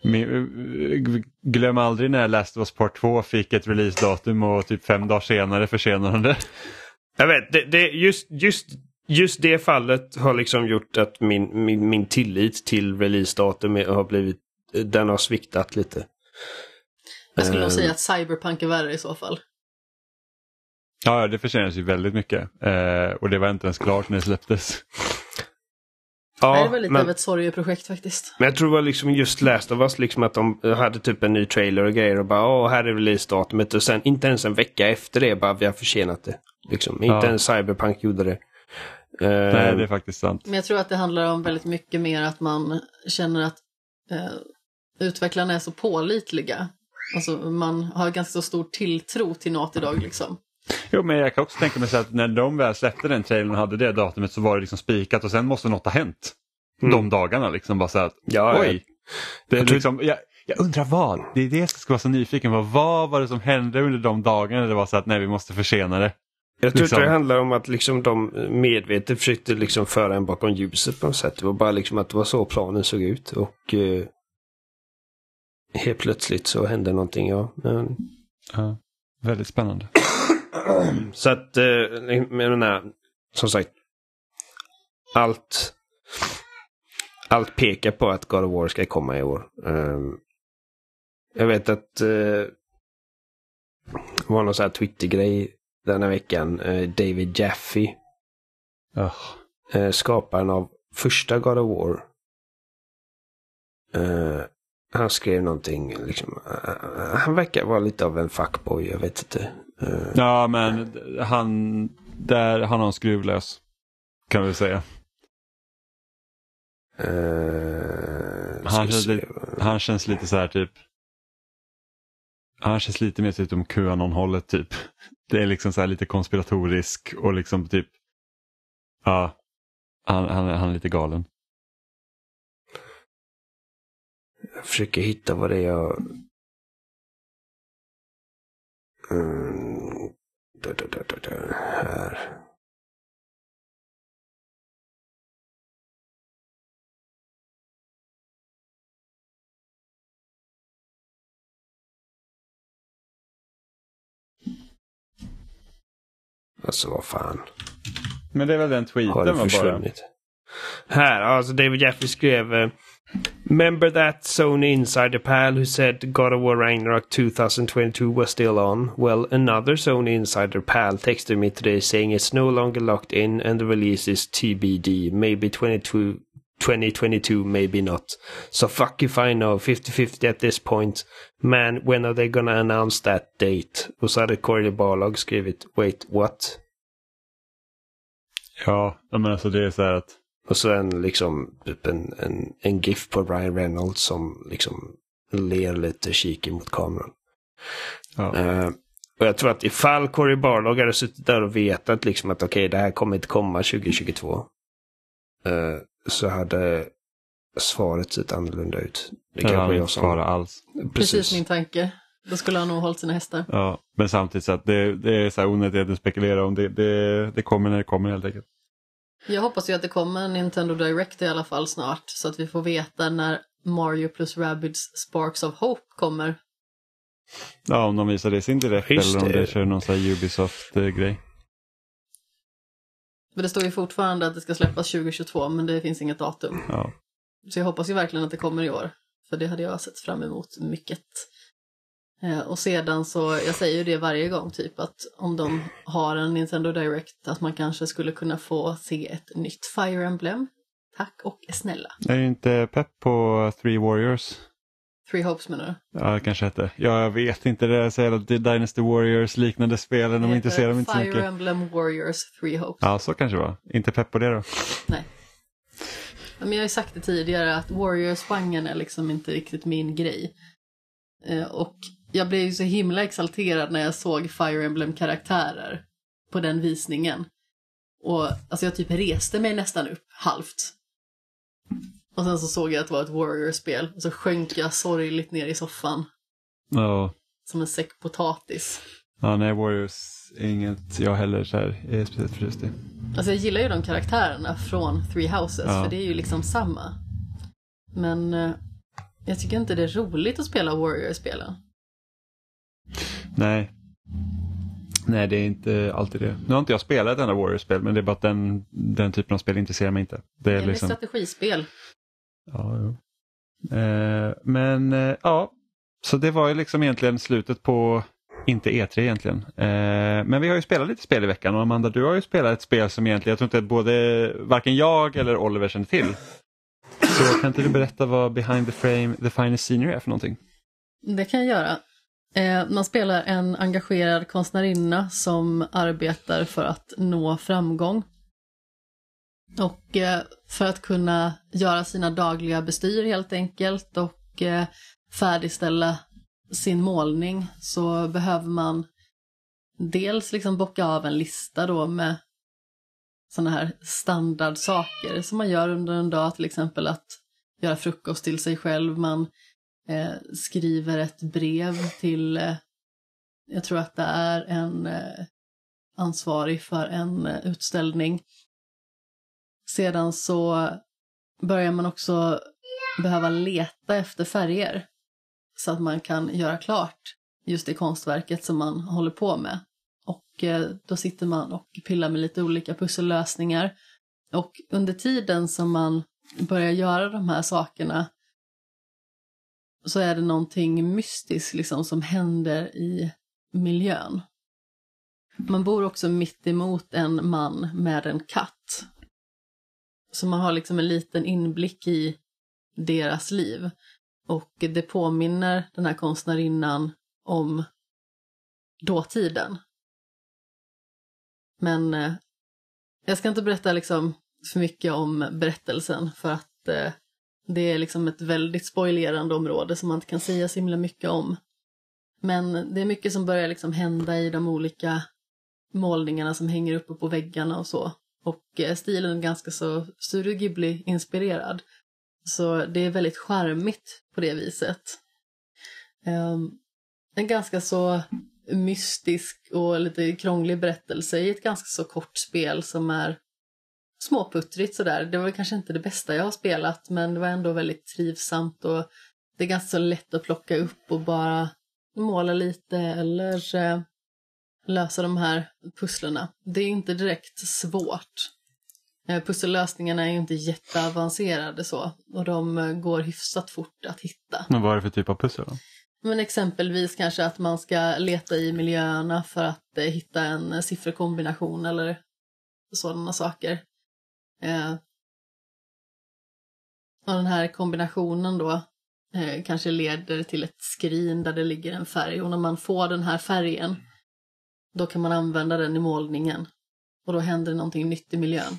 Glöm aldrig när Last of Us Part två fick ett releasedatum och typ fem dagar senare försenade. Jag vet, det, det, just, just, just det fallet har liksom gjort att min, min, min tillit till releasedatum har blivit, den har sviktat lite. Jag skulle nog uh, säga att Cyberpunk är värre i så fall. Ja, det försenas ju väldigt mycket. Eh, och det var inte ens klart när det släpptes. Ja, det var lite men, av ett sorgeprojekt faktiskt. Men jag tror det var liksom just Last of Us, liksom att de hade typ en ny trailer och grejer och bara, åh, här är releasedatumet. Och sen inte ens en vecka efter det, bara vi har försenat det. Liksom. Ja. Inte ens Cyberpunk gjorde det. Uh, Nej, det är faktiskt sant. Men jag tror att det handlar om väldigt mycket mer att man känner att eh, utvecklarna är så pålitliga. Alltså man har ganska så stor tilltro till Naughty Dog liksom. Jo, men jag kan också tänka mig så att när de väl släppte den trailern och hade det datumet så var det liksom spikat och sen måste något ha hänt. Mm. De dagarna liksom bara så att, ja, oj. Det är jag, liksom, jag, jag undrar vad, det är det jag ska vara så nyfiken på. Vad var det som hände under de dagarna det var så att nej, vi måste försena det? Jag tror liksom. Det handlar om att liksom de medvetet försökte liksom föra en bakom ljuset på något sätt. Det var bara liksom att det var så planen såg ut och eh, helt plötsligt så hände någonting, ja. Men... ja, väldigt spännande. Så att, eh, med den här, som sagt, allt allt pekar på att God of War ska komma i år. Um, jag vet att uh, det var någon sån här Twitter-grej den här veckan. Uh, David Jaffe, oh. uh, skaparen av första God of War. Uh, han skrev någonting, liksom, uh, han verkar vara lite av en fuckboy, jag vet inte. Uh, ja, men han, där, han har en skruvlös, kan vi säga. Uh, han, känns lite, han känns lite så här typ. Han känns lite mer typ om QAnon-hållet typ. Det är liksom så här lite konspiratorisk och liksom typ. Ja, han, han, han är lite galen. Jag försöker hitta vad det är jag... Mm. Da, da, da, da, da. Här. Alltså vad fan. Men det är väl den tweeten har det var försvunnit? Bara. Här, alltså David Jaffe skrev uh, Remember that Sony insider pal who said God of War Ragnarok twenty twenty-two was still on? Well, another Sony insider pal texted me today saying it's no longer locked in and the release is T B D. Maybe twenty-two, twenty twenty-two, maybe not. So fuck if I know, fifty fifty at this point. Man, when are they gonna announce that date? Och så hade Corey Barlog skrivit, wait, what? Ja, men alltså det är så här att... Och så en liksom typ en, en, en gif på Ryan Reynolds som liksom ler lite kikig mot kameran. Ja. Uh, och jag tror att ifall Corey Barlog hade suttit där och vetat liksom att okej, okay, det här kommer inte komma tjugo tjugotvå. Uh, så hade svaret sett annorlunda ut. Det kanske kanske jag jag som... svara alls. Precis. Precis min tanke. Då skulle han nog hållit sina hästar. Ja, men samtidigt så att det, det är så här onödigt att spekulera om det, det, det kommer när det kommer helt enkelt. Jag hoppas ju att det kommer en Nintendo Direct i alla fall snart. Så att vi får veta när Mario plus Rabbids Sparks of Hope kommer. Ja, om de visar det i sin direkt eller om det, det kör någon sån här Ubisoft-grej. Men det står ju fortfarande att det ska släppas tjugo tjugotvå, men det finns inget datum. Ja. Så jag hoppas ju verkligen att det kommer i år. För det hade jag sett fram emot mycket. Eh, och sedan så, jag säger ju det varje gång typ, att om de har en Nintendo Direct, att man kanske skulle kunna få se ett nytt Fire Emblem. Tack och snälla. Jag är inte pepp på Three Warriors. Three Hopes menar du? Ja, det kanske heter. Ja, jag vet inte. Det är så jävla Dynasty Warriors liknande spelen. De intresserar mig inte så mycket. Fire Emblem Warriors Three Hopes. Ja, så kanske det var. Inte pepp på det då. Nej. Men jag har ju sagt det tidigare att Warriors-genren är liksom inte riktigt min grej. Eh, och jag blev ju så himla exalterad när jag såg Fire Emblem-karaktärer på den visningen. Och alltså jag typ reste mig nästan upp halvt. Och sen så såg jag att det var ett Warrior-spel. Och så sjönk jag sorgligt ner i soffan. Ja. Som en säck potatis. Ja, nej, Warriors är inget jag heller så här är speciellt förtjust i. Alltså jag gillar ju de karaktärerna från Three Houses. Ja. För det är ju liksom samma. Men jag tycker inte det är roligt att spela Warrior-spelen. Nej. Nej, det är inte alltid det. Nu har inte jag spelat ett enda Warrior-spel, men det är bara att den, den typen av spel intresserar mig inte. Det är, det är liksom... strategispel. Ja, jo. Eh, men eh, ja, så det var ju liksom egentligen slutet på, inte E tre egentligen. Eh, men vi har ju spelat lite spel i veckan och Amanda, du har ju spelat ett spel som egentligen, jag tror inte både varken jag eller Oliver känner till. Så kan inte du berätta vad Behind the Frame, The Finest Scenery är för någonting? Det kan jag göra. Eh, man spelar en engagerad konstnärinna som arbetar för att nå framgång. Och eh, för att kunna göra sina dagliga bestyr helt enkelt och eh, färdigställa sin målning så behöver man dels liksom bocka av en lista då med sådana här standardsaker som man gör under en dag, till exempel att göra frukost till sig själv. Man eh, skriver ett brev till, eh, jag tror att det är en eh, ansvarig för en eh, utställning. Sedan så börjar man också behöva leta efter färger så att man kan göra klart just det konstverket som man håller på med. Och eh, då sitter man och pillar med lite olika pussellösningar. Och under tiden som man börjar göra de här sakerna så är det någonting mystiskt liksom som händer i miljön. Man bor också mitt emot en man med en katt. Så man har liksom en liten inblick i deras liv. Och det påminner den här konstnärinnan om dåtiden. Men eh, jag ska inte berätta liksom för mycket om berättelsen för att eh, det är liksom ett väldigt spoilerande område som man inte kan säga så himla mycket om. Men det är mycket som börjar liksom hända i de olika målningarna som hänger uppe på väggarna och så. Och eh, stilen är ganska så Studio Ghibli-inspirerad. Så det är väldigt charmigt på det viset. Um, en ganska så mystisk och lite krånglig berättelse i ett ganska så kort spel som är småputtrigt sådär. Det var kanske inte det bästa jag har spelat, men det var ändå väldigt trivsamt och det är ganska så lätt att plocka upp och bara måla lite eller eh, lösa de här pusslerna. Det är inte direkt svårt. Eh, pussellösningarna är ju inte jätteavancerade så och de eh, går hyfsat fort att hitta. Men vad är det för typ av pussel då? Men exempelvis kanske att man ska leta i miljöerna för att eh, hitta en eh, sifferkombination eller sådana saker. Eh, och den här kombinationen då eh, kanske leder till ett skrin där det ligger en färg. Och när man får den här färgen då kan man använda den i målningen. Och då händer det någonting nytt i miljön.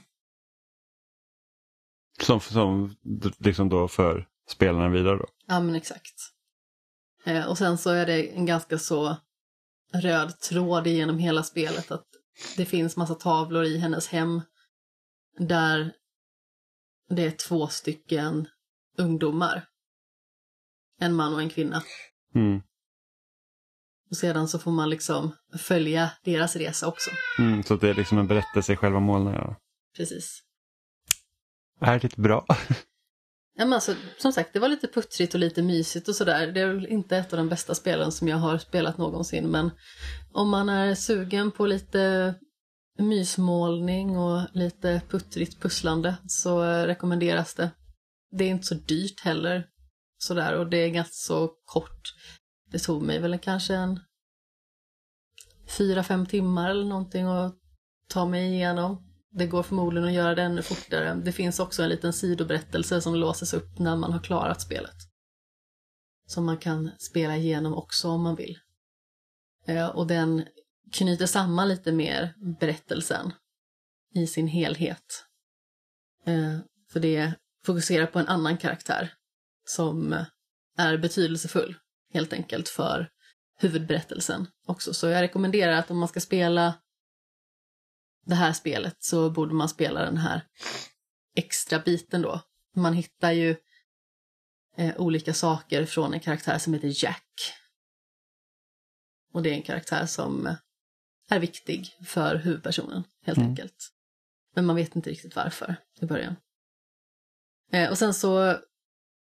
Som, som liksom då för spelarna vidare då? Ja men exakt. Eh, och sen så är det en ganska så röd tråd genom hela spelet att det finns massa tavlor i hennes hem där det är två stycken ungdomar. En man och en kvinna. Mm. Och sedan så får man liksom följa deras resa också. Mm, så det är liksom en berättelse i själva målningen. Ja. Precis. Är det bra? Ja, men alltså, som sagt, det var lite puttrigt och lite mysigt och sådär. Det är väl inte ett av de bästa spelen som jag har spelat någonsin. Men om man är sugen på lite mysmålning och lite puttrigt pusslande så rekommenderas det. Det är inte så dyrt heller. Sådär, och det är ganska så kort. Det tog mig väl kanske en fyra, fem timmar eller någonting att ta mig igenom. Det går förmodligen att göra det ännu fortare. Det finns också en liten sidoberättelse som låses upp när man har klarat spelet. Som man kan spela igenom också om man vill. Eh, och den knyter samman lite mer berättelsen i sin helhet. Eh, för det fokuserar på en annan karaktär som är betydelsefull helt enkelt för huvudberättelsen också. Så jag rekommenderar att om man ska spela det här spelet så borde man spela den här extra biten då. Man hittar ju eh, olika saker från en karaktär som heter Jack. Och det är en karaktär som är viktig för huvudpersonen helt mm. enkelt. Men man vet inte riktigt varför i början. Eh, och sen så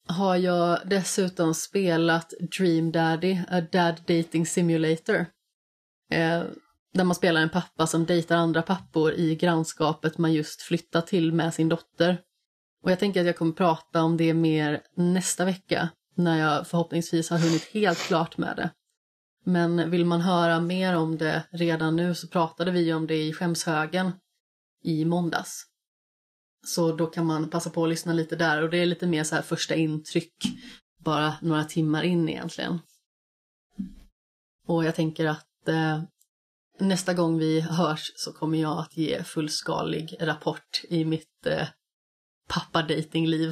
har jag dessutom spelat Dream Daddy, A Dad Dating Simulator. Eh, där man spelar en pappa som dejtar andra pappor i grannskapet man just flyttat till med sin dotter. Och jag tänker att jag kommer prata om det mer nästa vecka, när jag förhoppningsvis har hunnit helt klart med det. Men vill man höra mer om det redan nu så pratade vi om det i Skämshögen i måndags. Så då kan man passa på att lyssna lite där. Och det är lite mer så här första intryck, bara några timmar in egentligen. Och jag tänker att eh, nästa gång vi hörs så kommer jag att ge fullskalig rapport i mitt eh, pappa-dating-liv.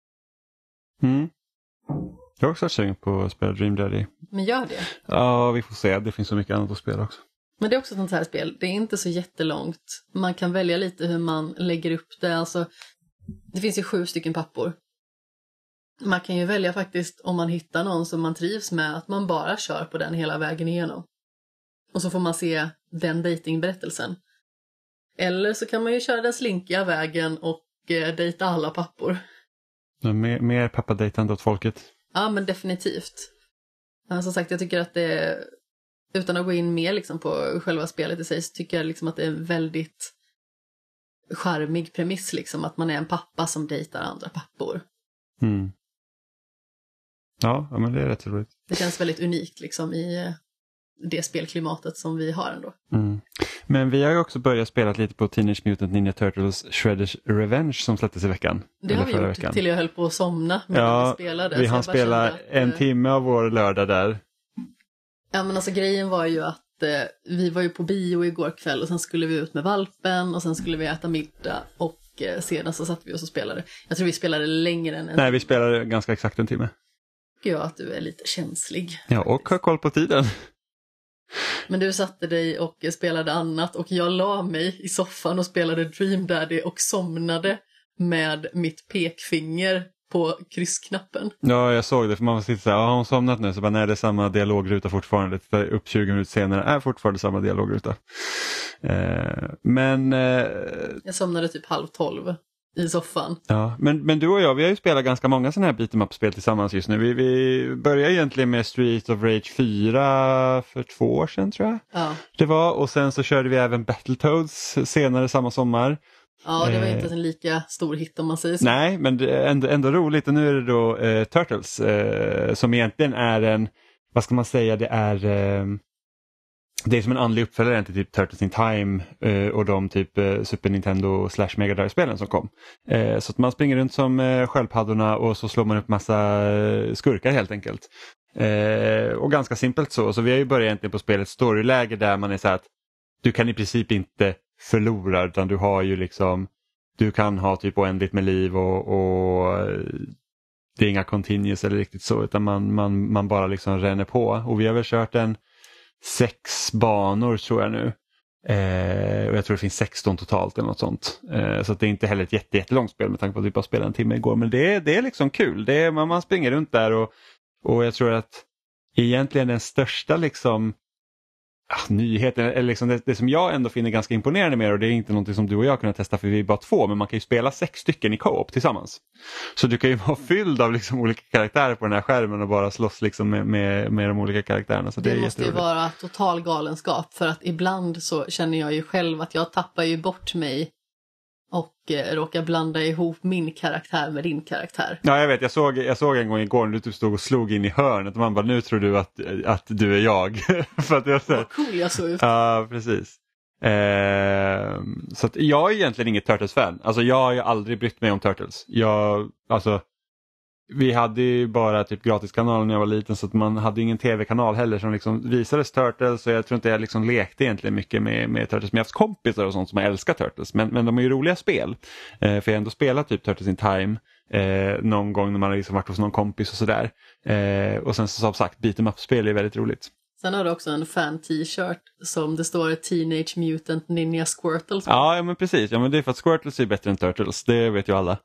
Mm. Jag har också sugen på att spela Dream Daddy. Men gör det. Ja, vi får se. Det finns så mycket annat att spela också. Men det är också ett sånt här spel. Det är inte så jättelångt. Man kan välja lite hur man lägger upp det. Alltså, det finns ju sju stycken pappor. Man kan ju välja faktiskt, om man hittar någon som man trivs med, att man bara kör på den hela vägen igenom. Och så får man se den datingberättelsen. Eller så kan man ju köra den slinkiga vägen och eh, dejta alla pappor. Ja, mer, mer pappadejtande åt folket. Ja, men definitivt. Men som sagt, jag tycker att det, utan att gå in mer liksom på själva spelet i sig, så tycker jag liksom att det är en väldigt charmig premiss, liksom, att man är en pappa som dejtar andra pappor. Mm. Ja, ja, men det är rätt roligt. Det känns väldigt unikt liksom i det spelklimatet som vi har ändå. Mm. Men vi har ju också börjat spela lite på Teenage Mutant Ninja Turtles Shredder's Revenge som släpptes i veckan. Det har vi gjort veckan. Till jag höll på att somna medan ja, vi spelade. Vi hann spela att, en timme av vår lördag där. Ja, men alltså grejen var ju att eh, vi var ju på bio igår kväll och sen skulle vi ut med valpen och sen skulle vi äta middag och eh, sedan så satt vi oss och spelade. Jag tror vi spelade längre än en Nej, vi spelade ganska exakt en timme. Tycker jag att du är lite känslig. Ja, och har koll på tiden. Men du satte dig och spelade annat och jag la mig i soffan och spelade Dream Daddy och somnade med mitt pekfinger på kryssknappen. Ja, jag såg det, för man var sitta så här, har hon somnat nu? Så bara, nej, det är samma dialogruta fortfarande. Tittar upp tjugo minuter senare, är fortfarande samma dialogruta. Eh, men... Eh, jag somnade typ halv tolv i soffan. Ja, men, men du och jag, vi har ju spelat ganska många sådana här beat 'em up-spel tillsammans just nu. Vi, vi började egentligen med Street of Rage fyra för två år sedan, tror jag. Ja. Det var, och sen så körde vi även Battletoads senare samma sommar. Ja, det var eh, inte en lika stor hit om man säger så. Nej, men det är ändå, ändå roligt. Och nu är det då eh, Turtles eh, som egentligen är en, vad ska man säga, det är... Eh, det är som en andlig uppföljare till typ Turtles in Time eh, och de typ eh, Super Nintendo slash Mega Drive-spelen som kom. Eh, så att man springer runt som eh, sköldpaddorna och så slår man upp massa eh, skurkar helt enkelt. Eh, och ganska simpelt så. Så vi har ju börjat egentligen på spelets storyläge där man är så här att du kan i princip inte förlora, utan du har ju liksom, du kan ha typ oändligt med liv och, och det är inga continuous eller riktigt så, utan man, man, man bara liksom ränner på. Och vi har väl kört en sex banor tror jag nu. Eh, och jag tror det finns sexton totalt eller något sånt. Eh, så att det är inte heller ett jätte, jättelångt spel med tanke på att vi bara spelade en timme igår. Men det, det är liksom kul. Det är, man, man springer runt där och, och jag tror att egentligen den största liksom ah, nyheten, eller liksom det, det som jag ändå finner ganska imponerande med, och det är inte något som du och jag kunnat testa för vi är bara två, men man kan ju spela sex stycken i co-op tillsammans. Så du kan ju vara fylld av liksom olika karaktärer på den här skärmen och bara slåss liksom med, med, med de olika karaktärerna. Så det, det är måste ju vara total galenskap, för att ibland så känner jag ju själv att jag tappar ju bort mig och eh, råkar blanda ihop min karaktär med din karaktär. Ja, jag vet. Jag såg, jag såg en gång igår när du typ stod och slog in i hörnet och man bara, nu tror du att, att du är jag. För att jag, så, vad cool jag såg ut. Ja, precis. Eh, så att jag är egentligen inget Turtles-fan. Alltså jag har ju aldrig brytt mig om Turtles. Jag, alltså, vi hade ju bara typ gratiskanalen när jag var liten, så att man hade ingen tv-kanal heller som liksom visades Turtles, så jag tror inte jag liksom lekte egentligen mycket med, med Turtles. Men jag har haft kompisar och sånt som har älskat Turtles, men, men de är ju roliga spel. Eh, för jag har ändå spelat typ Turtles in Time eh, någon gång när man har liksom varit hos någon kompis och sådär. Eh, och sen så som sagt, beat 'em up-spel är väldigt roligt. Sen har du också en fan-t-shirt som det står Teenage Mutant Ninja Squirtles. Ja, ja men precis. Ja, men det är för att Squirtles är bättre än Turtles, det vet ju alla.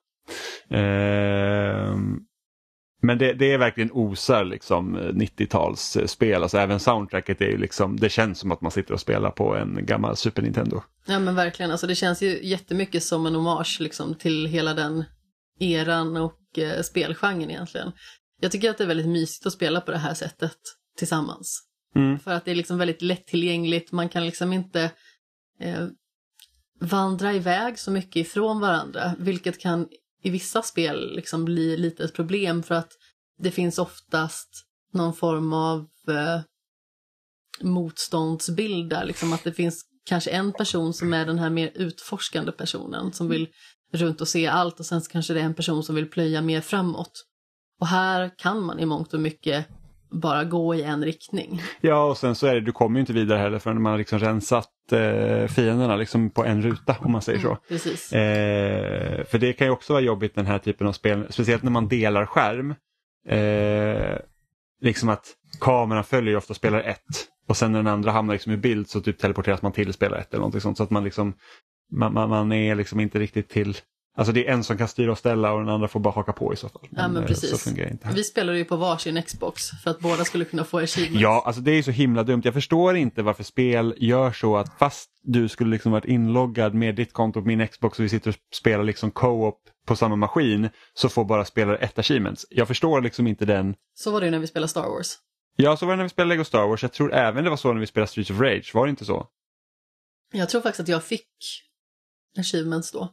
Eh, Men det, det är verkligen osar liksom nittio-talsspel. Alltså även soundtracket är ju liksom, det känns som att man sitter och spelar på en gammal Super Nintendo. Ja men verkligen, alltså det känns ju jättemycket som en hommage liksom till hela den eran och eh, spelgenren egentligen. Jag tycker att det är väldigt mysigt att spela på det här sättet tillsammans. Mm. För att det är liksom väldigt lättillgängligt. Man kan liksom inte eh, vandra iväg så mycket ifrån varandra. Vilket kan i vissa spel liksom bli lite ett problem. För att det finns oftast någon form av eh, motståndsbild där. Liksom att det finns kanske en person som är den här mer utforskande personen. Som vill runt och se allt. Och sen kanske det är en person som vill plöja mer framåt. Och här kan man i mångt och mycket bara gå i en riktning. Ja, och sen så är det, du kommer ju inte vidare heller förrän man har liksom rensat eh, fienderna liksom på en ruta, om man säger så. Mm, precis. Eh, för det kan ju också vara jobbigt den här typen av spel, speciellt när man delar skärm. Eh, liksom att kameran följer ju ofta spelare ett och sen när den andra hamnar liksom i bild så typ teleporteras man till spelare ett eller någonting sånt, så att man liksom man, man, man är liksom inte riktigt till. Alltså det är en som kan styra och ställa och den andra får bara haka på i så fall. Men, ja, men precis. Så fungerar inte här. Vi spelade ju på varsin Xbox för att båda skulle kunna få achievements. Ja, alltså det är så himla dumt. Jag förstår inte varför spel gör så att fast du skulle liksom varit inloggad med ditt konto på min Xbox och vi sitter och spelar liksom co-op på samma maskin så får bara spelare ett achievements. Jag förstår liksom inte den. Så var det ju när vi spelade Star Wars. Ja, så var det när vi spelade Lego Star Wars. Jag tror även det var så när vi spelade Streets of Rage. Var det inte så? Jag tror faktiskt att jag fick achievements då.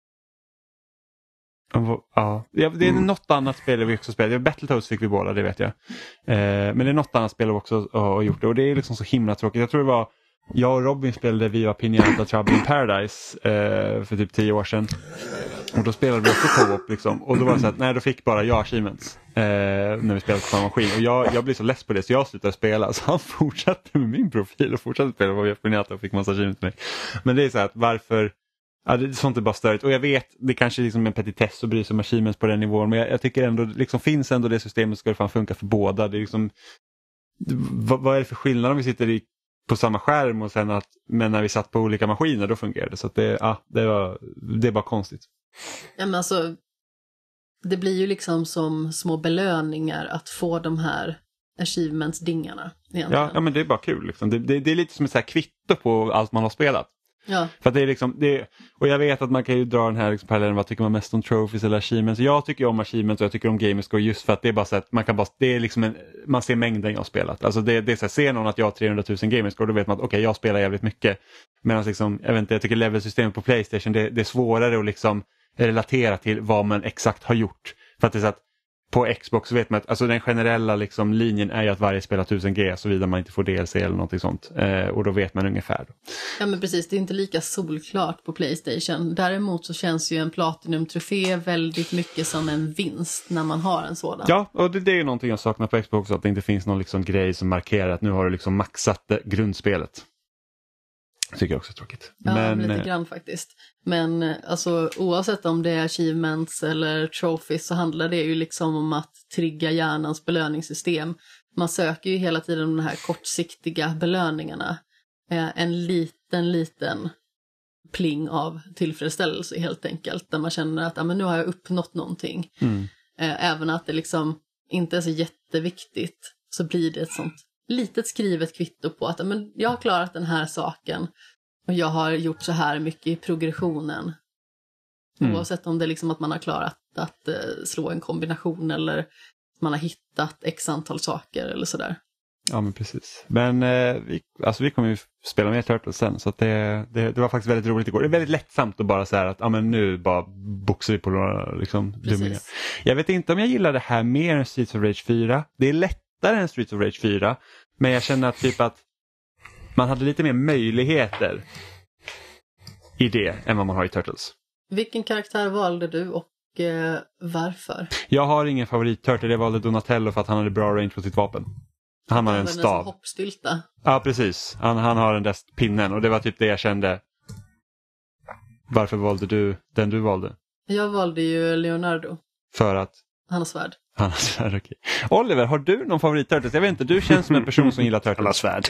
Ja, det är Mm. något annat spel vi också spelat. Battletoads fick vi båda, det vet jag. Eh, men det är något annat spel vi också har gjort det. Och det är liksom så himla tråkigt. Jag tror det var jag och Robin spelade Viva Pinata Trouble in Paradise eh, för typ tio år sedan. Och då spelade vi också co-op liksom. Och då var det så att nej, då fick bara jag achievements eh, när vi spelade på samma maskin. Och jag, jag blev så less på det så jag slutade spela. Så han fortsatte med min profil och fortsatte spela på Viva Pinata och fick massa achievements med mig. Men det är så här att varför. Ja, det är sånt är bara störigt. Och jag vet, det kanske är liksom en petitess och bry sig om achievements på den nivån. Men jag, jag tycker ändå, liksom finns ändå det systemet ska det fan funka för båda. Det är liksom, vad, vad är det för skillnad om vi sitter i, på samma skärm och sen att, men när vi satt på olika maskiner då fungerar det. Så att det, ja, det, var, det är bara konstigt. Ja, men alltså, det blir ju liksom som små belöningar att få de här achievements-dingarna. Ja, ja, men det är bara kul. Liksom. Det, det, det är lite som ett så här kvitto på allt man har spelat. Ja. För att det är liksom, det är, och jag vet att man kan ju dra den här liksom parallellen, vad tycker man mest om trophies eller achievements. Jag tycker om achievements och jag tycker om gamerscore just för att det är bara så att man kan bara, det är liksom en, man ser mängden jag har spelat. Alltså det, det är så här, ser någon att jag har trehundratusen gamerscore då vet man att okej, okay, jag spelar jävligt mycket. Medan liksom, jag vet inte, jag tycker levelsystemet på PlayStation det, det är svårare att liksom relatera till vad man exakt har gjort. För att det är så att på Xbox så vet man att alltså den generella liksom linjen är ju att varje spelar tusen G såvida man inte får D L C eller någonting sånt. Eh, och då vet man ungefär. Då. Ja, men precis, det är inte lika solklart på PlayStation. Däremot så känns ju en Platinum-trofé väldigt mycket som en vinst när man har en sådan. Ja, och det, det är ju någonting jag saknar på Xbox, att det inte finns någon liksom grej som markerar att nu har du liksom maxat grundspelet. Tycker jag också är tråkigt. Ja, men lite grann faktiskt. Men alltså oavsett om det är achievements eller trophies så handlar det ju liksom om att trigga hjärnans belöningssystem. Man söker ju hela tiden de här kortsiktiga belöningarna. Eh, en liten, liten pling av tillfredsställelse helt enkelt. Där man känner att ah, men nu har jag uppnått någonting. Mm. Eh, även att det liksom inte är så jätteviktigt så blir det ett sånt litet skrivet kvitto på att men jag har klarat den här saken och jag har gjort så här mycket i progressionen. Mm. Oavsett om det är liksom att man har klarat att eh, slå en kombination eller man har hittat x antal saker eller sådär. Ja, men precis. Men eh, vi, alltså, vi kommer ju spela mer Turtles sen så att det, det, det var faktiskt väldigt roligt igår. Det är väldigt lättsamt att bara säga att ja, men nu bara boxar vi på några liksom, dummingar. Jag vet inte om jag gillar det här mer än Streets of Rage fyra. Det är lättare än Streets of Rage fyra. Men jag känner att typ att man hade lite mer möjligheter i det än vad man har i Turtles. Vilken karaktär valde du och eh, varför? Jag har ingen favorit-turtle. Jag valde Donatello för att han hade bra range på sitt vapen. Han har en stav. En hoppstylta. Ja, precis. Han, han har den där pinnen och det var typ det jag kände. Varför valde du den du valde? Jag valde ju Leonardo. För att? Han har svärd. Han har svärd, okej. Oliver, har du någon favorit-turtles? Jag vet inte, du känns som en person som gillar turtles. Han har svärd.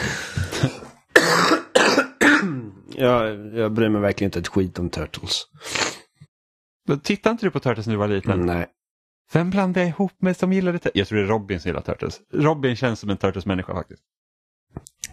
jag, jag bryr mig verkligen inte ett skit om Turtles. Tittade inte du på Turtles när du var liten? Mm, nej. Vem blandade jag ihop med som gillade Turtles? Jag tror det är Robin som gillar Turtles. Robin känns som en Turtles-människa faktiskt.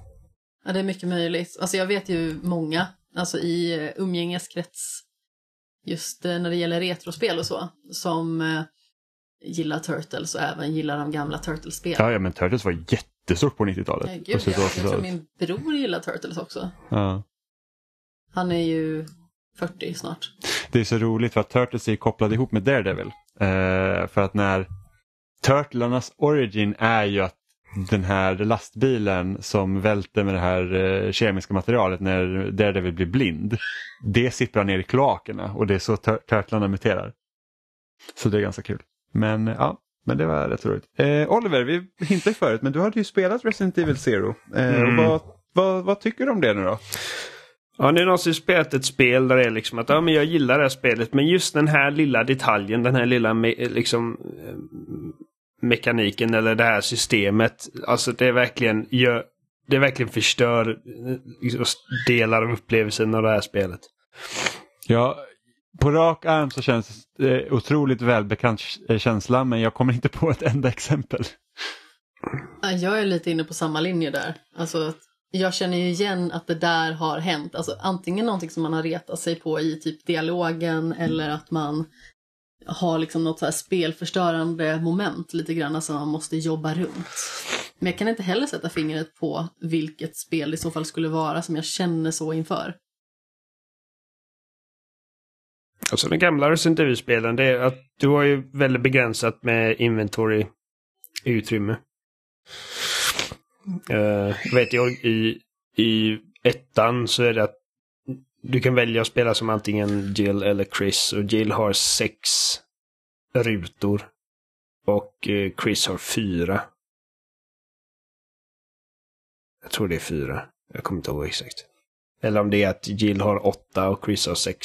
Ja, det är mycket möjligt. Alltså jag vet ju många, alltså i umgängeskrets just eh, när det gäller retrospel och så, som eh, gillar Turtles och även gillar de gamla Turtles-spel. Ja, ja, men Turtles var jättestort på nittiotalet. Ja, gud, ja. Jag tror min bror gillar Turtles också. Ja. Han är ju fyrtio snart. Det är så roligt för att Turtles är kopplade ihop med Daredevil. Eh, för att när Turtlarnas origin är ju att den här lastbilen som välter med det här eh, kemiska materialet när Daredevil blir blind, det sipprar ner i kloakerna och det är så tur- Turtlarna muterar. Så det är ganska kul. Men ja, men det var rätt roligt. Eh, Oliver, vi hintade förut, men du hade ju spelat Resident Evil Zero. Eh, mm. och vad, vad, vad tycker du om det nu då? Ja, det är någon som spelat ett spel där det är liksom att ja, men jag gillar det här spelet, men just den här lilla detaljen, den här lilla me- liksom eh, mekaniken eller det här systemet, alltså det är verkligen gör, det verkligen förstör liksom, delar av upplevelsen av det här spelet. Ja, på rak arm så känns det otroligt välbekant känsla, men jag kommer inte på ett enda exempel. Jag är lite inne på samma linje där. Alltså, jag känner ju igen att det där har hänt. Alltså, antingen någonting som man har retat sig på i typ dialogen, eller att man har liksom något så här spelförstörande moment lite grann som man måste jobba runt. Men jag kan inte heller sätta fingret på vilket spel det i så fall skulle vara som jag känner så inför. Alltså den gamla Resident Evil-spelen, det är att du har ju väldigt begränsat med inventory-utrymme. Uh, jag vet, i, i ettan så är det att du kan välja att spela som antingen Jill eller Chris. Och Jill har sex rutor. Och uh, Chris har fyra. Jag tror det är fyra. Jag kommer inte ihåg exakt. Eller om det är att Jill har åtta och Chris har sex.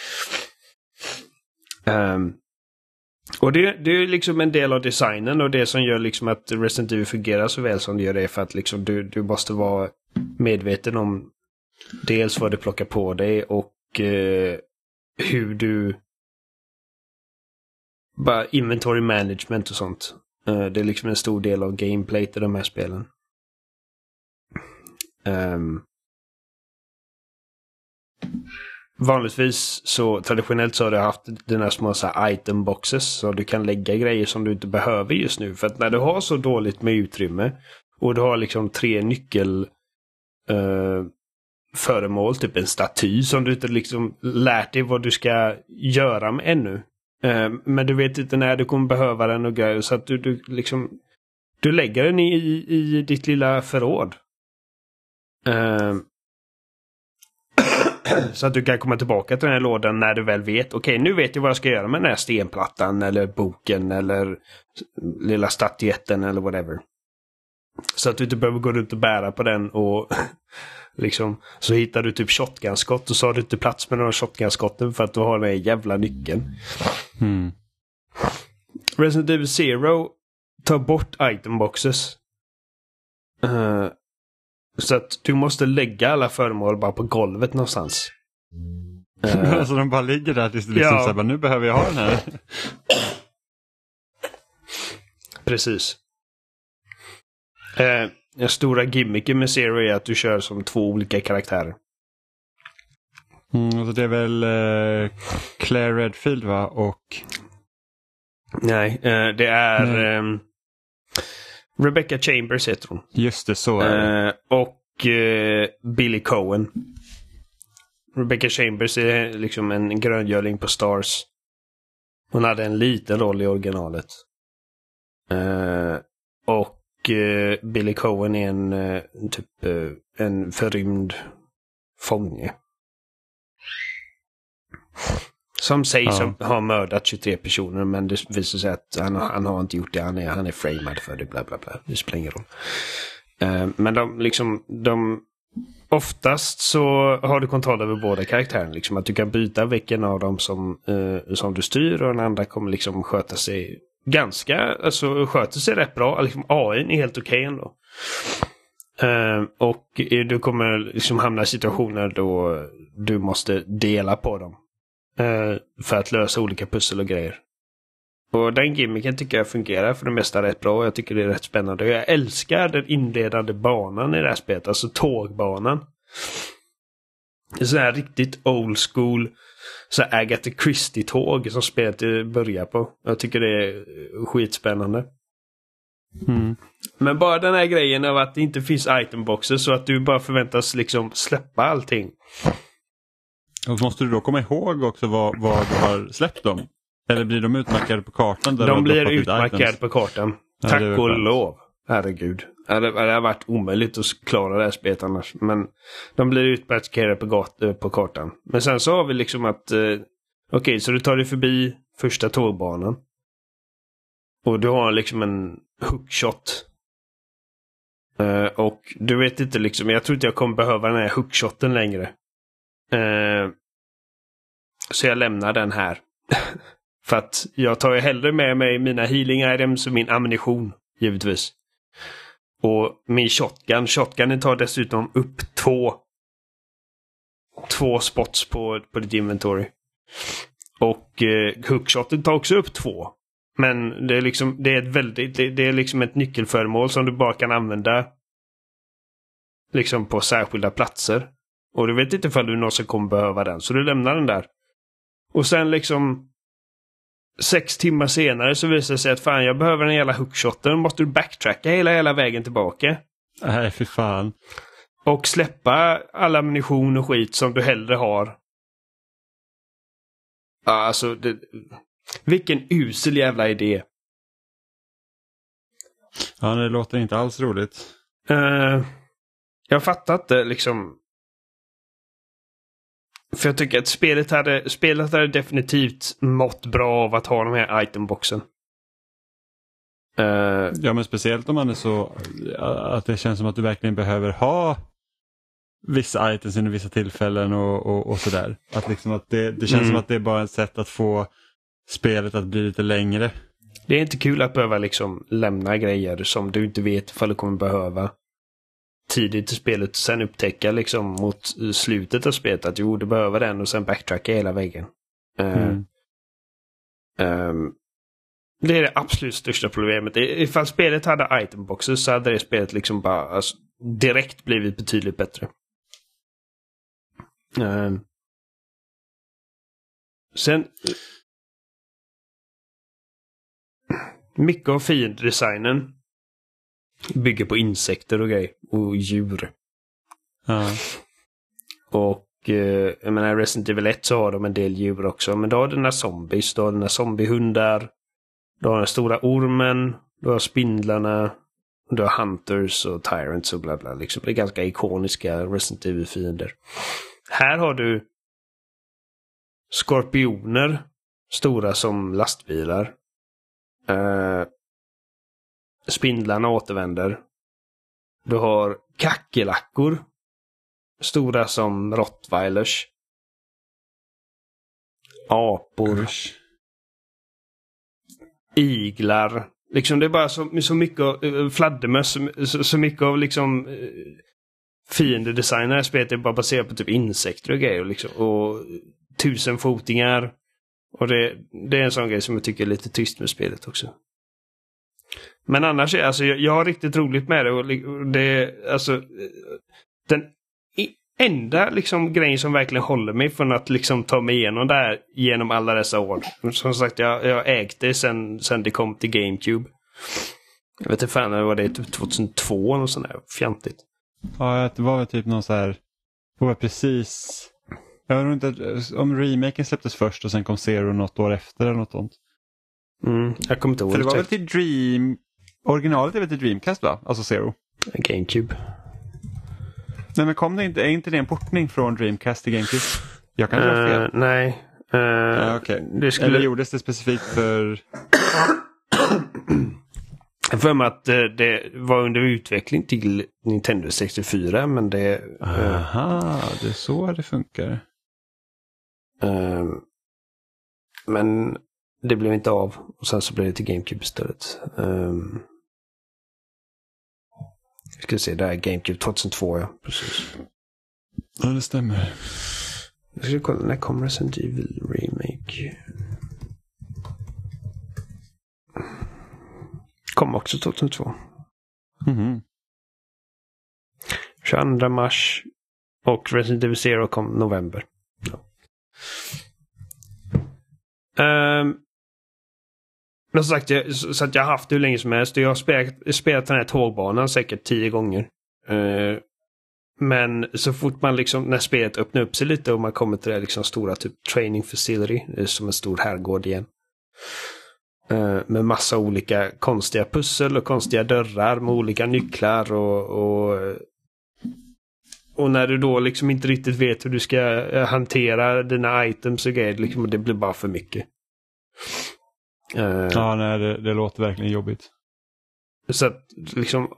Um, och det, det är liksom en del av designen och det som gör liksom att Resident Evil fungerar så väl som det gör det, för att liksom du, du måste vara medveten om dels vad du plockar på dig och eh, hur du bara inventory management och sånt. Uh, det är liksom en stor del av gameplay i de här spelen. Um, Vanligtvis så traditionellt så har du haft dina små så här item boxes så du kan lägga grejer som du inte behöver just nu, för att när du har så dåligt med utrymme och du har liksom tre nyckel uh, föremål, typ en staty som du inte liksom lärt dig vad du ska göra med ännu, uh, men du vet inte när du kommer behöva den och grejer, så att du, du liksom du lägger den i, i ditt lilla förråd. Uh, Så att du kan komma tillbaka till den här lådan när du väl vet, okej, okay, nu vet jag vad jag ska göra med den här stenplattan eller boken eller lilla statyetten eller whatever. Så att du inte behöver gå runt och bära på den och liksom, så hittar du typ shotgun-skott och så har du inte plats med några shotgun-skotten för att du har den jävla nyckeln. Mm. Resident Evil Zero tar bort item boxes. Uh, Så att du måste lägga alla föremål bara på golvet någonstans. Uh, alltså de bara ligger där tills du liksom ja. säger, nu behöver jag ha den här. Precis. Uh, den stora gimmicken med Zero är att du kör som två olika karaktärer. Mm, alltså det är väl uh, Claire Redfield, va? Och... Nej, uh, det är... Um, Rebecca Chambers heter hon. Just det, så är det. Uh, och uh, Billy Cohen. Rebecca Chambers är liksom en gröngöling på Stars. Hon hade en liten roll i originalet. Uh, och uh, Billy Cohen är en uh, typ uh, en förrymd fånge. Som sägs ja. ha mördat tjugotre personer, men det visar sig att han, han har inte gjort det. Han är, han är framad för det, bla bla bla. Det spelar ingen roll. Uh, men de liksom, de oftast så har du kontroll över båda karaktärerna. Liksom, att du kan byta vilken av dem som, uh, som du styr, och den andra kommer liksom sköta sig ganska, alltså sköter sig rätt bra. Liksom, A I är helt okej ändå. Uh, och du kommer liksom hamna i situationer då du måste dela på dem. Uh, för att lösa olika pussel och grejer. Och den gimmicken tycker jag fungerar för det mesta rätt bra. Jag tycker det är rätt spännande. Och jag älskar den inledande banan i det här spelet. Alltså tågbanan. Det är sån här riktigt old school så Agatha Christie-tåg som spelet börjar på. Jag tycker det är skitspännande. Mm. Men bara den här grejen av att det inte finns itemboxer så att du bara förväntas liksom släppa allting. Och måste du då komma ihåg också vad, vad du har släppt dem? Eller blir de utmarkerade på kartan? Där De blir ut utmarkerade på kartan. Ja, Tack och skönt. lov. Herregud. Det, det har varit omöjligt att klara det här spelet annars. Men de blir utmarkerade på, gat- på kartan. Men sen så har vi liksom att... Eh, Okej, okay, så du tar dig förbi första tågbanan. Och du har liksom en hookshot. Uh, och du vet inte liksom... Jag tror inte jag kommer behöva den här hookshoten längre. Uh, så jag lämnar den här. För att jag tar ju hellre med mig mina healing items och min ammunition, givetvis. Och min shotgun. Shotgunen tar dessutom upp två två spots på, på ditt inventory. Och eh, hookshoten tar också upp två. Men det är liksom det är ett väldigt det, det är liksom ett nyckelföremål som du bara kan använda liksom på särskilda platser. Och du vet inte ifall du någonsin kommer behöva den, så du lämnar den där. Och sen liksom sex timmar senare så visar det sig att fan, jag behöver den hela hookshoten. Måste du backtracka hela hela vägen tillbaka. Nej, för fan. Och släppa alla ammunition och skit som du hellre har. Ja, alltså det, vilken usel jävla idé. Ja, det låter inte alls roligt. Uh, jag fattar inte liksom. För jag tycker att spelet hade, spelet hade definitivt mått bra av att ha de här itemboxen. Uh, ja, men speciellt om man är så att det känns som att du verkligen behöver ha vissa items i vissa tillfällen och, och, och sådär. Att liksom att det, det känns mm. som att det är bara ett sätt att få spelet att bli lite längre. Det är inte kul att behöva liksom lämna grejer som du inte vet ifall du kommer behöva tidigt i spelet och sen upptäcka liksom mot slutet av spelet att jo, du behöver den och sen backtracka hela vägen. Mm. Uh, um, det är det absolut största problemet. Ifall spelet hade itemboxes så hade det spelet liksom bara alltså, direkt blivit betydligt bättre. Uh, sen mycket av fienddesignen bygger på insekter och grejer. Och djur. Ja. Och eh, jag menar, Resident Evil ett så har de en del djur också. Men då har den här zombies. Då har den här zombiehundar. Då har den stora ormen. Då har spindlarna. Då har hunters och tyrants och bla bla. Liksom. Det är ganska ikoniska Resident Evil-fiender. Här har du skorpioner. Stora som lastbilar. Uh, spindlarna återvänder. Du har kackerlackor. Stora som rottweilers. Apor. Usch. Iglar. Liksom det är bara så, så mycket uh, fladdermöss. Så, så mycket av liksom uh, fiendedesigner. Spelet är bara baserat på typ insekter och grejer. Liksom, och tusenfotingar. Och det, det är en sån grej som jag tycker är lite tyst med spelet också. Men annars är alltså jag, jag har riktigt roligt med det och det alltså den enda liksom grejen som verkligen håller mig från att liksom ta mig igenom det här genom alla dessa år. Som sagt, jag jag har ägt det sen sen det kom till GameCube. Jag vet inte fan vad det är, typ tjugohundratvå och sån där fjantigt. Ja, det var väl typ någon så här det var precis jag vet inte om remaken släpptes först och sen kom Zero något år efter eller något sånt. Mm, jag kommer inte ihåg. För det var väl till Dream... Originalet är väl till Dreamcast va? Alltså Zero. GameCube. Nej men kom det inte... Är inte det en portning från Dreamcast till GameCube? Jag kan inte uh, fel. Nej. Uh, ja, okay. det skulle... Eller gjordes det specifikt för... Jag för mig att det var under utveckling till Nintendo sextiofyra, men det... Aha, det är så det funkar. Uh, men det blev inte av. Och sen så blev det till GameCube istället. Um, jag ska se, det här är GameCube tjugohundratvå, ja. Precis. Ja, det stämmer. Jag ska kolla, när kommer Resident Evil Remake? Kom också tjugohundratvå. Mm-hmm. tjugoandra mars. Och Resident Evil Zero kom november. Ja. Um, men som sagt, jag, så att jag har haft det hur länge som helst. Jag har spelat, spelat den här tågbanan säkert tio gånger. Uh, men så fort man liksom, när spelet öppnar upp sig lite och man kommer till det liksom stora typ training facility, som en stor herrgård igen. Uh, med massa olika konstiga pussel och konstiga dörrar med olika nycklar och, och och när du då liksom inte riktigt vet hur du ska hantera dina items och grejer, liksom, det blir bara för mycket. Uh, ja, nej, det, det låter verkligen jobbigt. Så att liksom,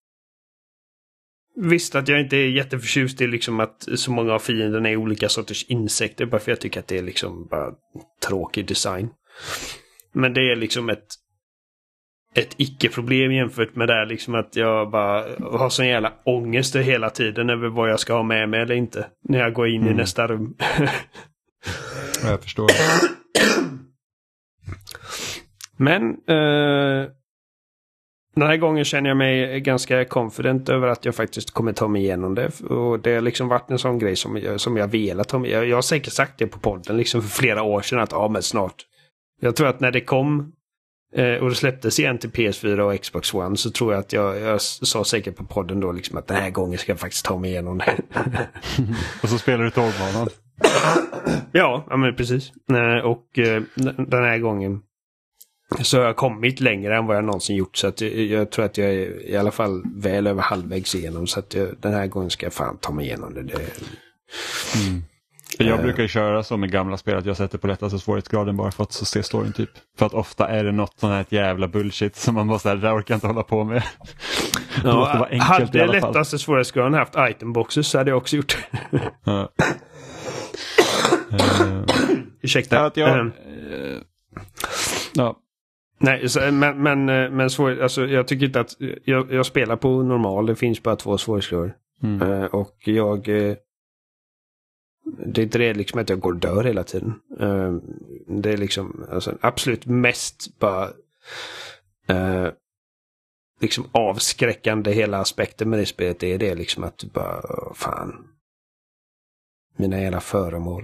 visst att jag inte är jätteförtjust i liksom att så många av fienderna är olika sorters insekter, bara för jag tycker att det är liksom bara tråkig design. Men det är liksom ett ett icke-problem jämfört med det liksom att jag bara har sån jävla ångest hela tiden över vad jag ska ha med mig eller inte när jag går in mm. i nästa rum. Jag förstår. Men eh, den här gången känner jag mig ganska confident över att jag faktiskt kommer ta mig igenom det. Och det har liksom varit en sån grej som jag, som jag velat ha med. Jag, jag har säkert sagt det på podden liksom för flera år sedan att ja, men snart. Jag tror att när det kom eh, och det släpptes igen till P S fyra och Xbox One, så tror jag att jag, jag sa säkert på podden då liksom att den här gången ska jag faktiskt ta mig igenom det. Och så spelar du tågbanan. Ja, ja men precis. Eh, och eh, den här gången så har jag kommit längre än vad jag någonsin gjort, så att jag, jag tror att jag är i alla fall väl över halvvägs igenom, så att jag, den här gången ska jag fan ta mig igenom det. det mm. Jag äh, brukar ju köra så med gamla spel att jag sätter på lättaste svårighetsgraden bara för att så se storyn typ. För att ofta är det något sån här jävla bullshit som man bara såhär, det orkar inte hålla på med. Ja, det hade jag lättaste svårighetsgraden haft itemboxes så hade jag också gjort det. Ja. uh, Ursäkta. Att jag, uh, ja. Nej, så, men, men, men svår, alltså, jag tycker inte att jag, jag spelar på normal, det finns bara två svårighetsgrader. Mm. Uh, och jag uh, det är inte det liksom att jag går och dör hela tiden. Uh, det är liksom alltså, absolut mest bara uh, liksom avskräckande hela aspekten med det spelet. Det är det liksom att du bara, oh, fan, mina hela föremål.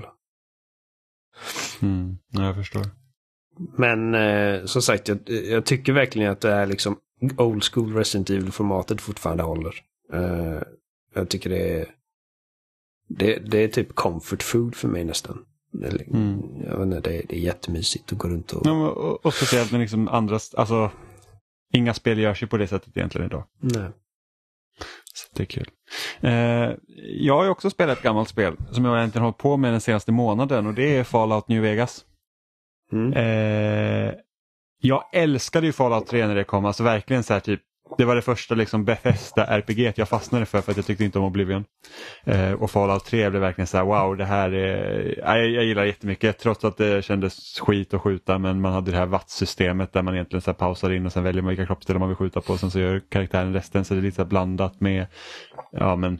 Mm, jag förstår. Men eh, som sagt, jag, jag tycker verkligen att det är liksom old school Resident Evil-formatet fortfarande håller. Eh, jag tycker det är det, det är typ comfort food för mig nästan. Det, mm. jag vet inte, det, det är jättemysigt att gå runt och... Ja, och, och speciellt med liksom andra, alltså inga spel görs ju på det sättet egentligen idag. Nej. Så det är kul. Eh, jag har ju också spelat ett gammalt spel som jag egentligen hållit på med den senaste månaden, och det är Fallout New Vegas. Mm. Eh, jag älskade ju Fallout tre när det kom, alltså verkligen så här typ, det var det första liksom Bethesda R P G jag fastnade för för att jag tyckte inte om Oblivion. Eh, och Fallout tre blev verkligen så här, wow, det här är, jag, jag gillar jättemycket, trots att det kändes skit att skjuta, men man hade det här watt-systemet där man egentligen så här pausar in och sen väljer man vilka kroppsdelar man vill skjuta på, och sen så gör karaktären resten, så det är lite så här blandat med, ja men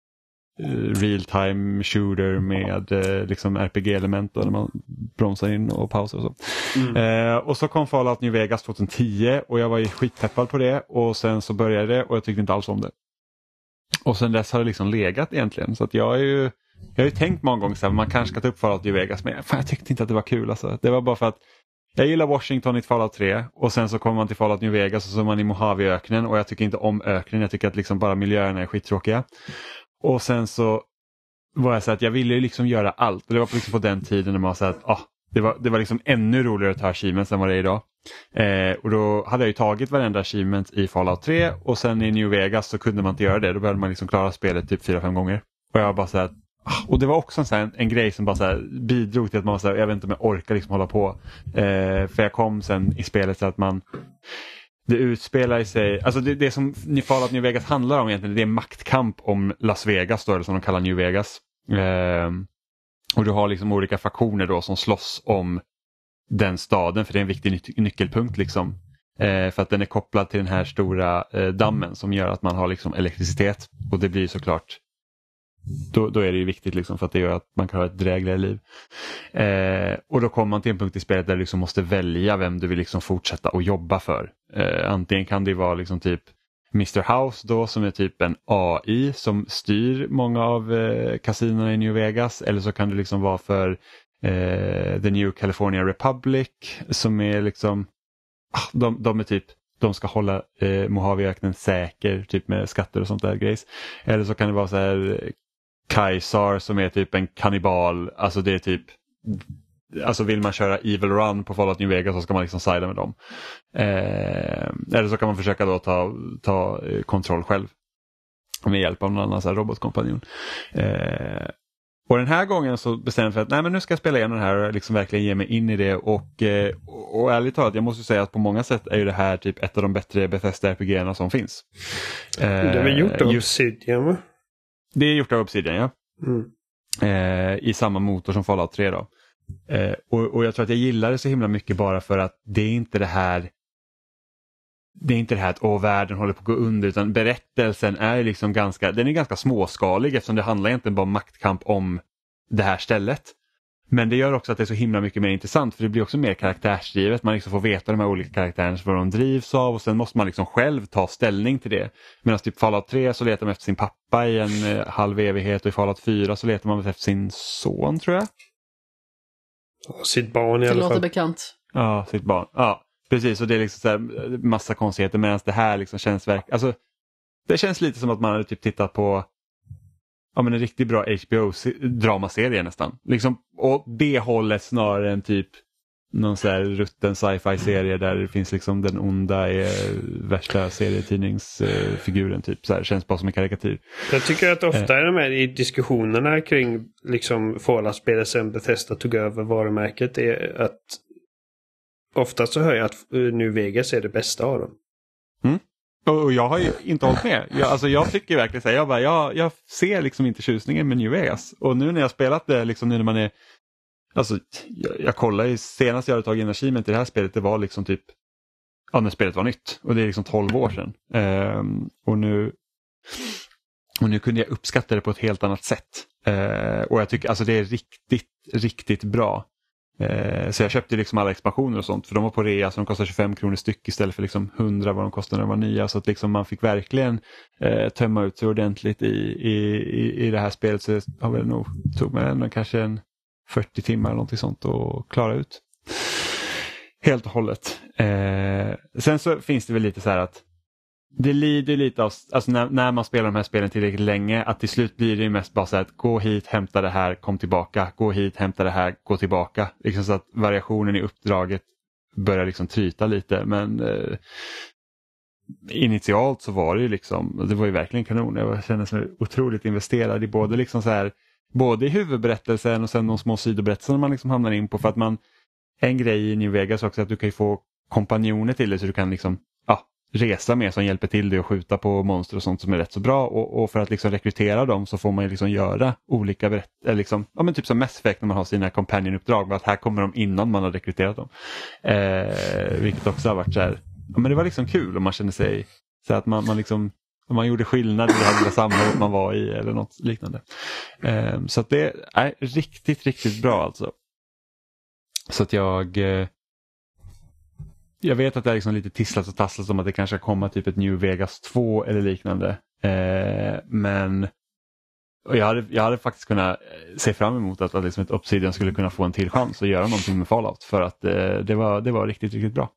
real-time shooter med eh, liksom R P G-element där man bromsar in och pausar och så. Mm. Eh, och så kom Fallout New Vegas tjugohundratio och jag var ju skitpeppad på det, och sen så började det och jag tyckte inte alls om det. Och sen dess har det liksom legat egentligen, så att jag är ju jag har ju tänkt många gånger så här, man kanske ska ta upp Fallout New Vegas, men fan, jag tyckte inte att det var kul alltså. Det var bara för att jag gillar Washington i Fallout tre, och sen så kommer man till Fallout New Vegas och så är man i Mojave-öknen, och jag tycker inte om öknen, jag tycker att liksom bara miljöerna är skittråkiga. Och sen så var jag så att jag ville ju liksom göra allt. Och det var liksom på den tiden när man sa att ah, det, var, det var liksom ännu roligare att ta achievements än vad det är idag. Eh, och då hade jag ju tagit varenda achievement i Fallout tre, och sen i New Vegas så kunde man inte göra det. Då behövde man liksom klara spelet typ fyra, fem gånger. Och jag var bara så här, ah, och det var också en, så här, en, en grej som bara så här, bidrog till att man var så här, jag vet inte om jag orkar liksom hålla på. Eh, för jag kom sen i spelet så att man... Det utspelar i sig, alltså det, det som Fallout New Vegas handlar om egentligen, det är maktkamp om Las Vegas då, eller som de kallar New Vegas. Eh, och du har liksom olika faktioner då som slåss om den staden, för det är en viktig ny- nyckelpunkt liksom. Eh, för att den är kopplad till den här stora eh, dammen som gör att man har liksom elektricitet, och det blir såklart Då, då är det ju viktigt liksom, för att det gör att man kan ha ett drägligare liv. Eh, och då kommer man till en punkt i spelet där du liksom måste välja vem du vill liksom fortsätta att jobba för. Eh, antingen kan det vara liksom typ mister House då, som är typ en A I som styr många av eh, kasinorna i New Vegas. Eller så kan det liksom vara för eh, The New California Republic som är liksom, de, de är typ, de ska hålla eh, Mojaveöknen säker typ med skatter och sånt där grejs. Eller så kan det vara så här Kaisar som är typ en kannibal, alltså det är typ, alltså vill man köra Evil Run på Fallout New Vegas så ska man liksom sida med dem. Eh, eller så kan man försöka då ta, ta kontroll själv med hjälp av någon annan så här robotkompanjon. Eh, och den här gången så bestämde jag för att nej, men nu ska jag spela igenom det här och liksom verkligen ge mig in i det. Och, eh, och ärligt talat, jag måste säga att på många sätt är ju det här typ ett av de bättre Bethesda R P G-erna som finns. Eh, det är väl gjort av just, Obsidian, va? Det är gjort av Obsidian, ja. Mm. Eh, I samma motor som Fallout tre då. Eh, och, och jag tror att jag gillar det så himla mycket bara för att det är inte det här det är inte det här att åh, världen håller på att gå under, utan berättelsen är liksom ganska, den är ganska småskalig eftersom det handlar egentligen bara om maktkamp om det här stället. Men det gör också att det är så himla mycket mer intressant, för det blir också mer karaktärsdrivet. Man liksom får veta de här olika karaktärerna vad de drivs av, och sen måste man liksom själv ta ställning till det. Medan typ Fallout tre så letar man efter sin pappa i en eh, halv evighet, och i Fallout fyra så letar man efter sin son, tror jag. Sitt barn i alla fall. Det låter bekant. Ja, sitt barn. Ja, precis. Och det är liksom så här massa konstigheter, medan det här liksom känns verk... Alltså, det känns lite som att man hade typ tittat på ja, men en riktigt bra H B O-dramaserie nästan. Liksom, och det hållet snarare än typ någon så här rutten sci-fi-serie där det finns liksom den onda är värsta serietidningsfiguren typ. Så här, känns bara som en karikatyr. Jag tycker att ofta är de här i diskussionerna kring liksom Fallout-spel sen Bethesda tog över varumärket är att ofta så hör jag att New Vegas är det bästa av dem. Mm. Och jag har ju inte hållit med. Jag, alltså jag tycker verkligen så här, jag, bara, jag, jag ser liksom inte tjusningen med New Vegas. Och nu när jag spelat det, liksom nu när man är, alltså jag, jag kollar ju, senast jag hade tagit en achievement i det här spelet, det var liksom typ, ja när spelet var nytt. Och det är liksom tolv år sedan. Um, och nu och nu kunde jag uppskatta det på ett helt annat sätt. Uh, och jag tycker, alltså det är riktigt, riktigt bra. Så jag köpte liksom alla expansioner och sånt, för de var på rea, så de kostade tjugofem kronor styck istället för liksom hundra vad de kostade när de var nya, så att liksom man fick verkligen eh, tömma ut sig ordentligt i, i, i, i det här spelet. Så det har väl nog, tog mig ändå kanske en fyrtio timmar eller någonting sånt att klara ut helt och hållet. Eh, sen så finns det väl lite så här att det lider lite av, alltså när, när man spelar de här spelen tillräckligt länge, att till slut blir det mest bara så att gå hit, hämta det här, kom tillbaka, gå hit, hämta det här, gå tillbaka. Liksom så att variationen i uppdraget börjar liksom tryta lite, men eh, initialt så var det ju liksom, det var ju verkligen kanon. Jag kände mig otroligt investerad i både liksom så här, både i huvudberättelsen och sen de små sidoberättelserna man liksom hamnar in på, för att man, en grej i New Vegas också, att du kan ju få kompanjoner till det, så du kan liksom, ja, resa med som hjälper till dig att skjuta på monster och sånt som är rätt så bra, och, och för att liksom rekrytera dem så får man ju liksom göra olika berätt- liksom, ja men typ som Mass Effect när man har sina companion-uppdrag, att här kommer de innan man har rekryterat dem. Eh, vilket också har varit så här, ja men det var liksom kul om man kände sig så att man, man liksom, om man gjorde skillnad i det här lilla samhället man var i eller något liknande. Eh, så att det är riktigt, riktigt bra alltså. Så att jag eh, Jag vet att det är liksom lite tisslat och tasslat om att det kanske kommer typ ett New Vegas två eller liknande. Eh, men och jag, hade, jag hade faktiskt kunnat se fram emot att, att liksom ett Obsidian skulle kunna få en till chans att göra någonting med Fallout. För att eh, det, var, det var riktigt, riktigt bra.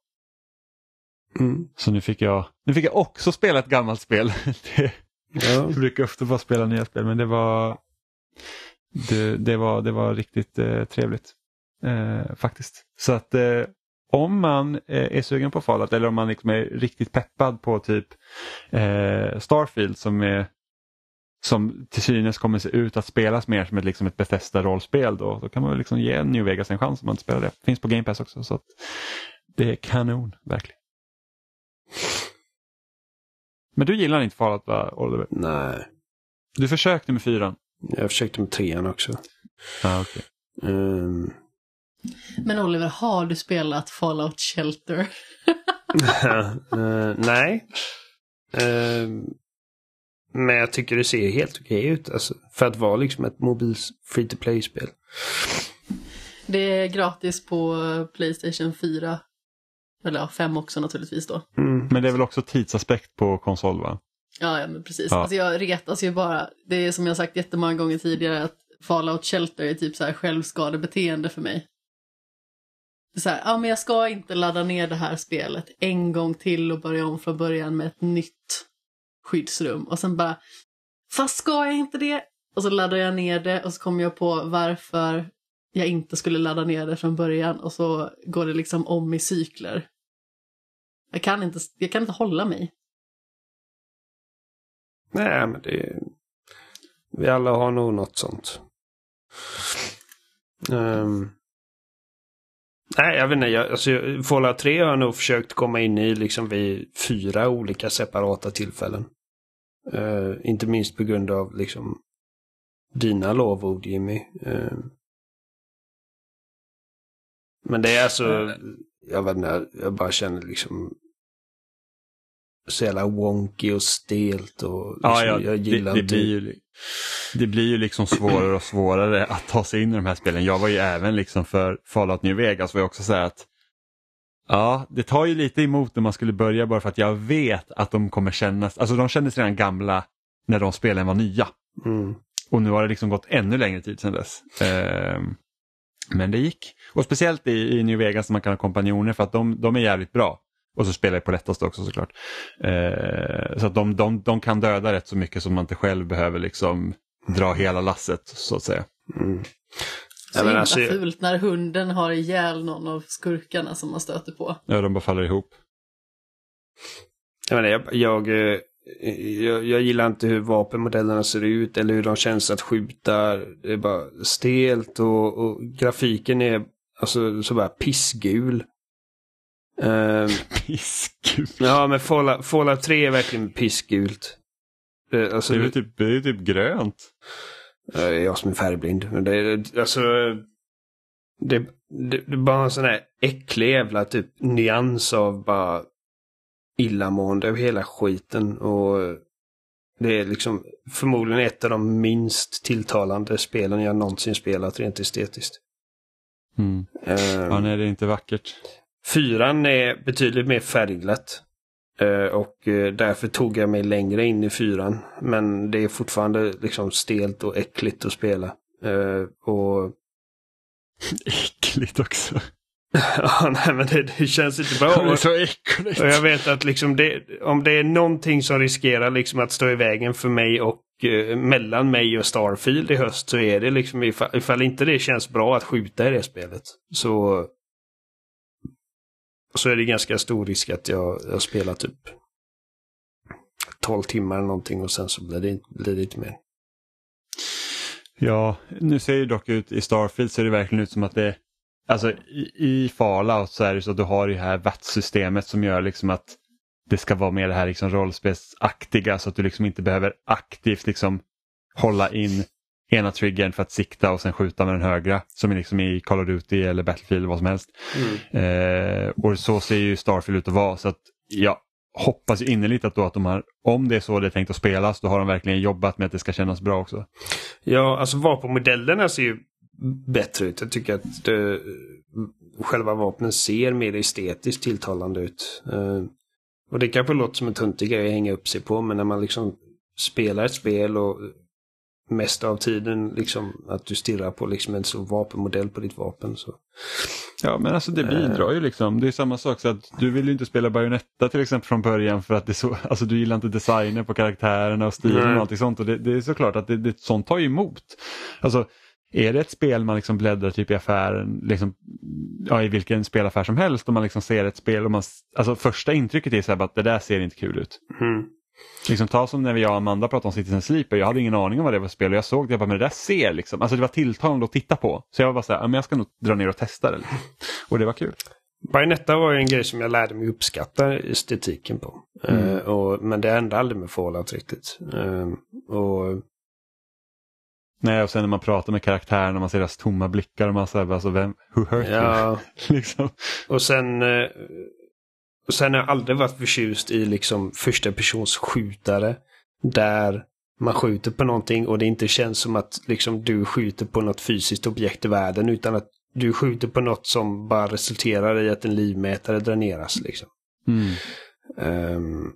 Mm. Så nu fick, jag, nu fick jag också spela ett gammalt spel. det, ja. Jag brukar ofta bara spela nya spel, men det var, det, det var, det var riktigt eh, trevligt. Eh, faktiskt. Så att eh, om man eh, är sugen på Fallout, eller om man liksom är riktigt peppad på typ eh, Starfield som är som till synes kommer se ut att spelas mer som ett, liksom ett Bethesda-rollspel, då, då kan man väl liksom ge New Vegas en chans om man inte spelar det. Finns på Game Pass också, så att det är kanon, verkligen. Men du gillar inte Fallout, va, Oliver? Nej. Du försökte med fyran? Jag försökte med trean också. Ah, okay. um... Men Oliver, har du spelat Fallout Shelter? uh, nej. Uh, men jag tycker det ser helt okej ut. Alltså, för att vara liksom ett mobils free-to-play-spel. Det är gratis på PlayStation fyra. Eller ja, fem också naturligtvis då. Mm. Men det är väl också tidsaspekt på konsol, va? Ja, ja men precis. Ja. Alltså jag retas ju bara. Det är som jag sagt jättemånga gånger tidigare, att Fallout Shelter är typ så här självskadebeteende för mig. Det är så här, ja men jag ska inte ladda ner det här spelet en gång till och börja om från början med ett nytt skyddsrum. Och sen bara, fast ska jag inte det? Och så laddar jag ner det och så kommer jag på varför jag inte skulle ladda ner det från början. Och så går det liksom om i cykler. Jag kan inte, jag kan inte hålla mig. Nej, men det... Vi alla har nog något sånt. Um... Nej, jag vet inte. Jag, alltså, Fallout tre har jag nog försökt komma in i liksom vid fyra olika separata tillfällen. Uh, inte minst på grund av liksom dina lovord, Jimmy. Uh... Men det är alltså... Jag vet inte, jag bara känner liksom... så jävla wonky och stelt och liksom, ja, ja, jag gillar det, det inte... blir ju, det blir ju liksom svårare och svårare att ta sig in i de här spelen. Jag var ju även liksom för Fallout New Vegas var jag också säga att ja, det tar ju lite emot när man skulle börja bara för att jag vet att de kommer kännas, alltså de kändes redan gamla när de spelen var nya. Mm. Och nu har det liksom gått ännu längre tid sedan dess. Ehm, men det gick. Och speciellt i, i New Vegas när man kan ha kompanjoner för att de, de är jävligt bra. Och så spelar jag på lättast också såklart. Eh, så att de, de, de kan döda rätt så mycket som man inte själv behöver liksom dra hela lasset så att säga. Mm. Så himla alltså... fult när hunden har ihjäl någon av skurkarna som man stöter på. Ja, de bara faller ihop. Jag, menar, jag, jag, jag, jag gillar inte hur vapenmodellerna ser ut eller hur de känns att skjuta. Det är bara stelt och, och grafiken är alltså så bara pissgul. Um, pissgult? Ja, men Fallout, Fallout tre är verkligen pissgult. Det, alltså, det är typ, det är typ grönt. Det är jag som är färgblind. Men det är alltså... Det, det, det är bara en sån här äcklig jävla typ nyans av bara illamående över hela skiten. Och det är liksom förmodligen ett av de minst tilltalande spelen jag någonsin spelat rent estetiskt. Mm. Um, ja, nej, det är inte vackert. Fyran är betydligt mer färgglatt. Uh, och uh, därför tog jag mig längre in i fyran. Men det är fortfarande liksom stelt och äckligt att spela. Uh, och äckligt också. Ja, nej, men det, det känns inte bra. Det är så äckligt. Och jag vet att liksom det, om det är någonting som riskerar liksom att stå i vägen för mig och uh, mellan mig och Starfield i höst så är det liksom ifall, ifall inte det känns bra att skjuta i det spelet så så är det ganska stor risk att jag, jag spelar typ tolv timmar eller någonting och sen så blir det, blir det lite mer. Ja, nu ser det dock ut i Starfield så är det verkligen ut som att det alltså i, i Fallout så är det så att du har det här V A T-systemet som gör liksom att det ska vara mer det här liksom rollspelsaktiga så att du liksom inte behöver aktivt liksom hålla in ena triggern för att sikta och sen skjuta med den högra som är liksom i Call of Duty eller Battlefield eller vad som helst. Mm. Eh, och så ser ju Starfield ut att vara så att jag hoppas innerligt att då att de har, om det är så det är tänkt att spelas, då har de verkligen jobbat med att det ska kännas bra också. Ja, alltså vapenmodellerna ser ju bättre ut. Jag tycker att det, själva vapnen ser mer estetiskt tilltalande ut. Eh, och det kanske låter som en töntig grej att hänga upp sig på, men när man liksom spelar ett spel och mest av tiden liksom att du stirrar på liksom en så vapenmodell på ditt vapen så. Ja, men alltså det bidrar ju liksom. Det är samma sak så att du vill ju inte spela Bayonetta till exempel från början för att det är så, alltså du gillar inte designen på karaktärerna och stilen mm. och allt sånt och det, det är såklart att det, det, sånt tar ju emot. Alltså är det ett spel man liksom bläddrar typ i affären liksom, ja, i vilken spelaffär som helst och man liksom ser ett spel och man, alltså första intrycket är så här att det där ser inte kul ut. Mm. Liksom ta som när jag och Amanda pratade om Citizen Sleeper. Jag hade ingen aning om vad det var för spel och jag såg det, jag bara, men det där ser liksom, alltså det var tilltalande att titta på. Så jag var bara så här, men jag ska nog dra ner och testa det liksom. Och det var kul. Bayonetta var ju en grej som jag lärde mig uppskatta estetiken på. Mm. Uh, och, men det hände aldrig med Fallout riktigt. Uh, och... Nej, och sen när man pratar med karaktärerna och man ser deras tomma blickar och man säger, alltså vem, who hurt ja. you? liksom. Och sen... Uh... Och sen har jag aldrig varit förtjust i liksom första persons skjutare där man skjuter på någonting och det inte känns som att liksom du skjuter på något fysiskt objekt i världen utan att du skjuter på något som bara resulterar i att en livmätare dräneras liksom. Mm. Um,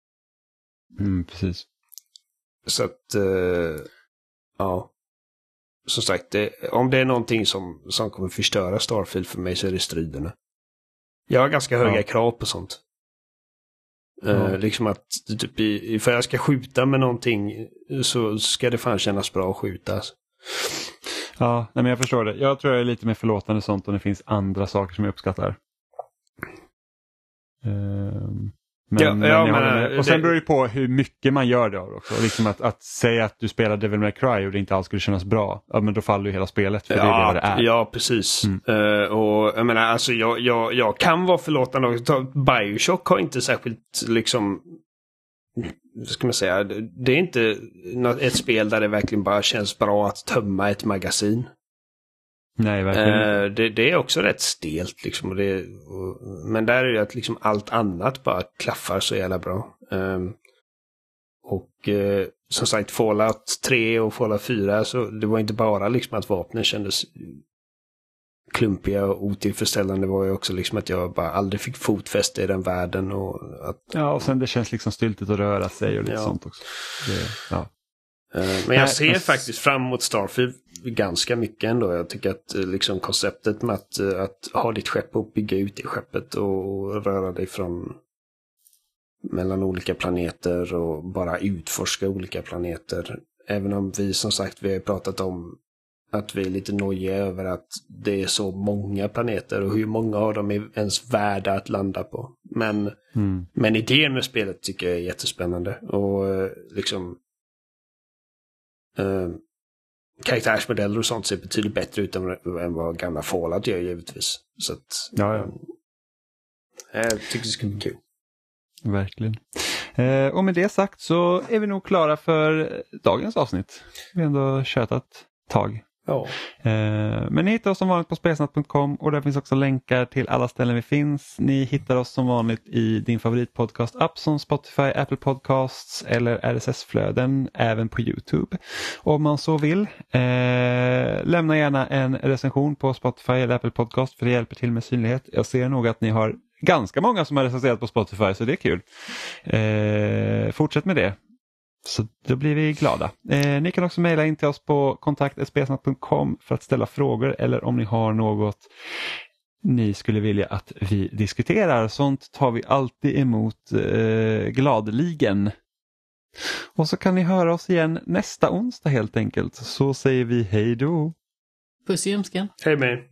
mm, precis. Så att uh, ja. som sagt, det, om det är någonting som, som kommer förstöra Starfield för mig så är det striderna. Jag har ganska höga ja. krav på sånt. Mm. Uh, liksom att typ, ifall jag ska skjuta med någonting så ska det fan kännas bra att skjuta. Alltså. Ja, nej, men jag förstår det. Jag tror jag är lite mer förlåtande sånt om det finns andra saker som jag uppskattar. Um, men, ja, men ja, jag men, och sen det... beror det på hur mycket man gör det av också. Liksom att, att säga att du spelar Devil May Cry och det inte alls skulle kännas bra, ja, men då faller ju hela spelet, för ja, det är det vad det är. Ja, precis. Mm. Uh, och jag menar, alltså jag, jag, jag kan vara förlåtande också. Bioshock har inte särskilt liksom, vad ska man säga, det är inte ett spel där det verkligen bara känns bra att tömma ett magasin. Nej, verkligen. Uh, det, det är också rätt stelt liksom. Och det, och, men där är det att liksom allt annat bara klaffar så jävla bra. Um, och uh, som sagt, Fallout tre och Fallout fyra, så det var inte bara liksom att vapnen kändes klumpiga och otillfredsställande, var ju också liksom att jag bara aldrig fick fotfäste i den världen. Och att, ja, och sen det känns liksom styltigt att röra sig och lite ja. sånt också. Det, ja. uh, men jag ser Nej, faktiskt fram emot Starfield ganska mycket ändå. Jag tycker att liksom konceptet med att, att ha ditt skepp och bygga ut det skeppet och röra dig från mellan olika planeter och bara utforska olika planeter. Även om vi som sagt, vi har pratat om att vi är lite nojiga över att det är så många planeter och hur många av dem är ens värda att landa på. Men, mm. men idén med spelet tycker jag är jättespännande. Och liksom uh, karaktärsmodeller och sånt ser betydligt bättre ut än, än vad gamla Fallout gör givetvis. Så att, ja, ja. Jag tycker det ska bli kul. Verkligen. Eh, och med det sagt så är vi nog klara för dagens avsnitt. Vi har ändå tjötat ett tag. Ja. Eh, men ni hittar oss som vanligt på spelsnack punkt com och där finns också länkar till alla ställen vi finns. Ni hittar oss som vanligt i din favoritpodcast-app som Spotify, Apple Podcasts eller R S S-flöden, även på YouTube. Om man så vill. Eh, lämna gärna en recension på Spotify eller Apple Podcast, för det hjälper till med synlighet. Jag ser nog att ni har ganska många som har recenserat på Spotify, så det är kul. Eh, fortsätt med det. Så då blir vi glada. Eh, ni kan också mejla in till oss på kontakt snabel-a spelsnack punkt com för att ställa frågor, eller om ni har något ni skulle vilja att vi diskuterar. Sånt tar vi alltid emot eh, gladligen. Och så kan ni höra oss igen nästa onsdag helt enkelt. Så säger vi hej då. Puss i ömskan. Hej med.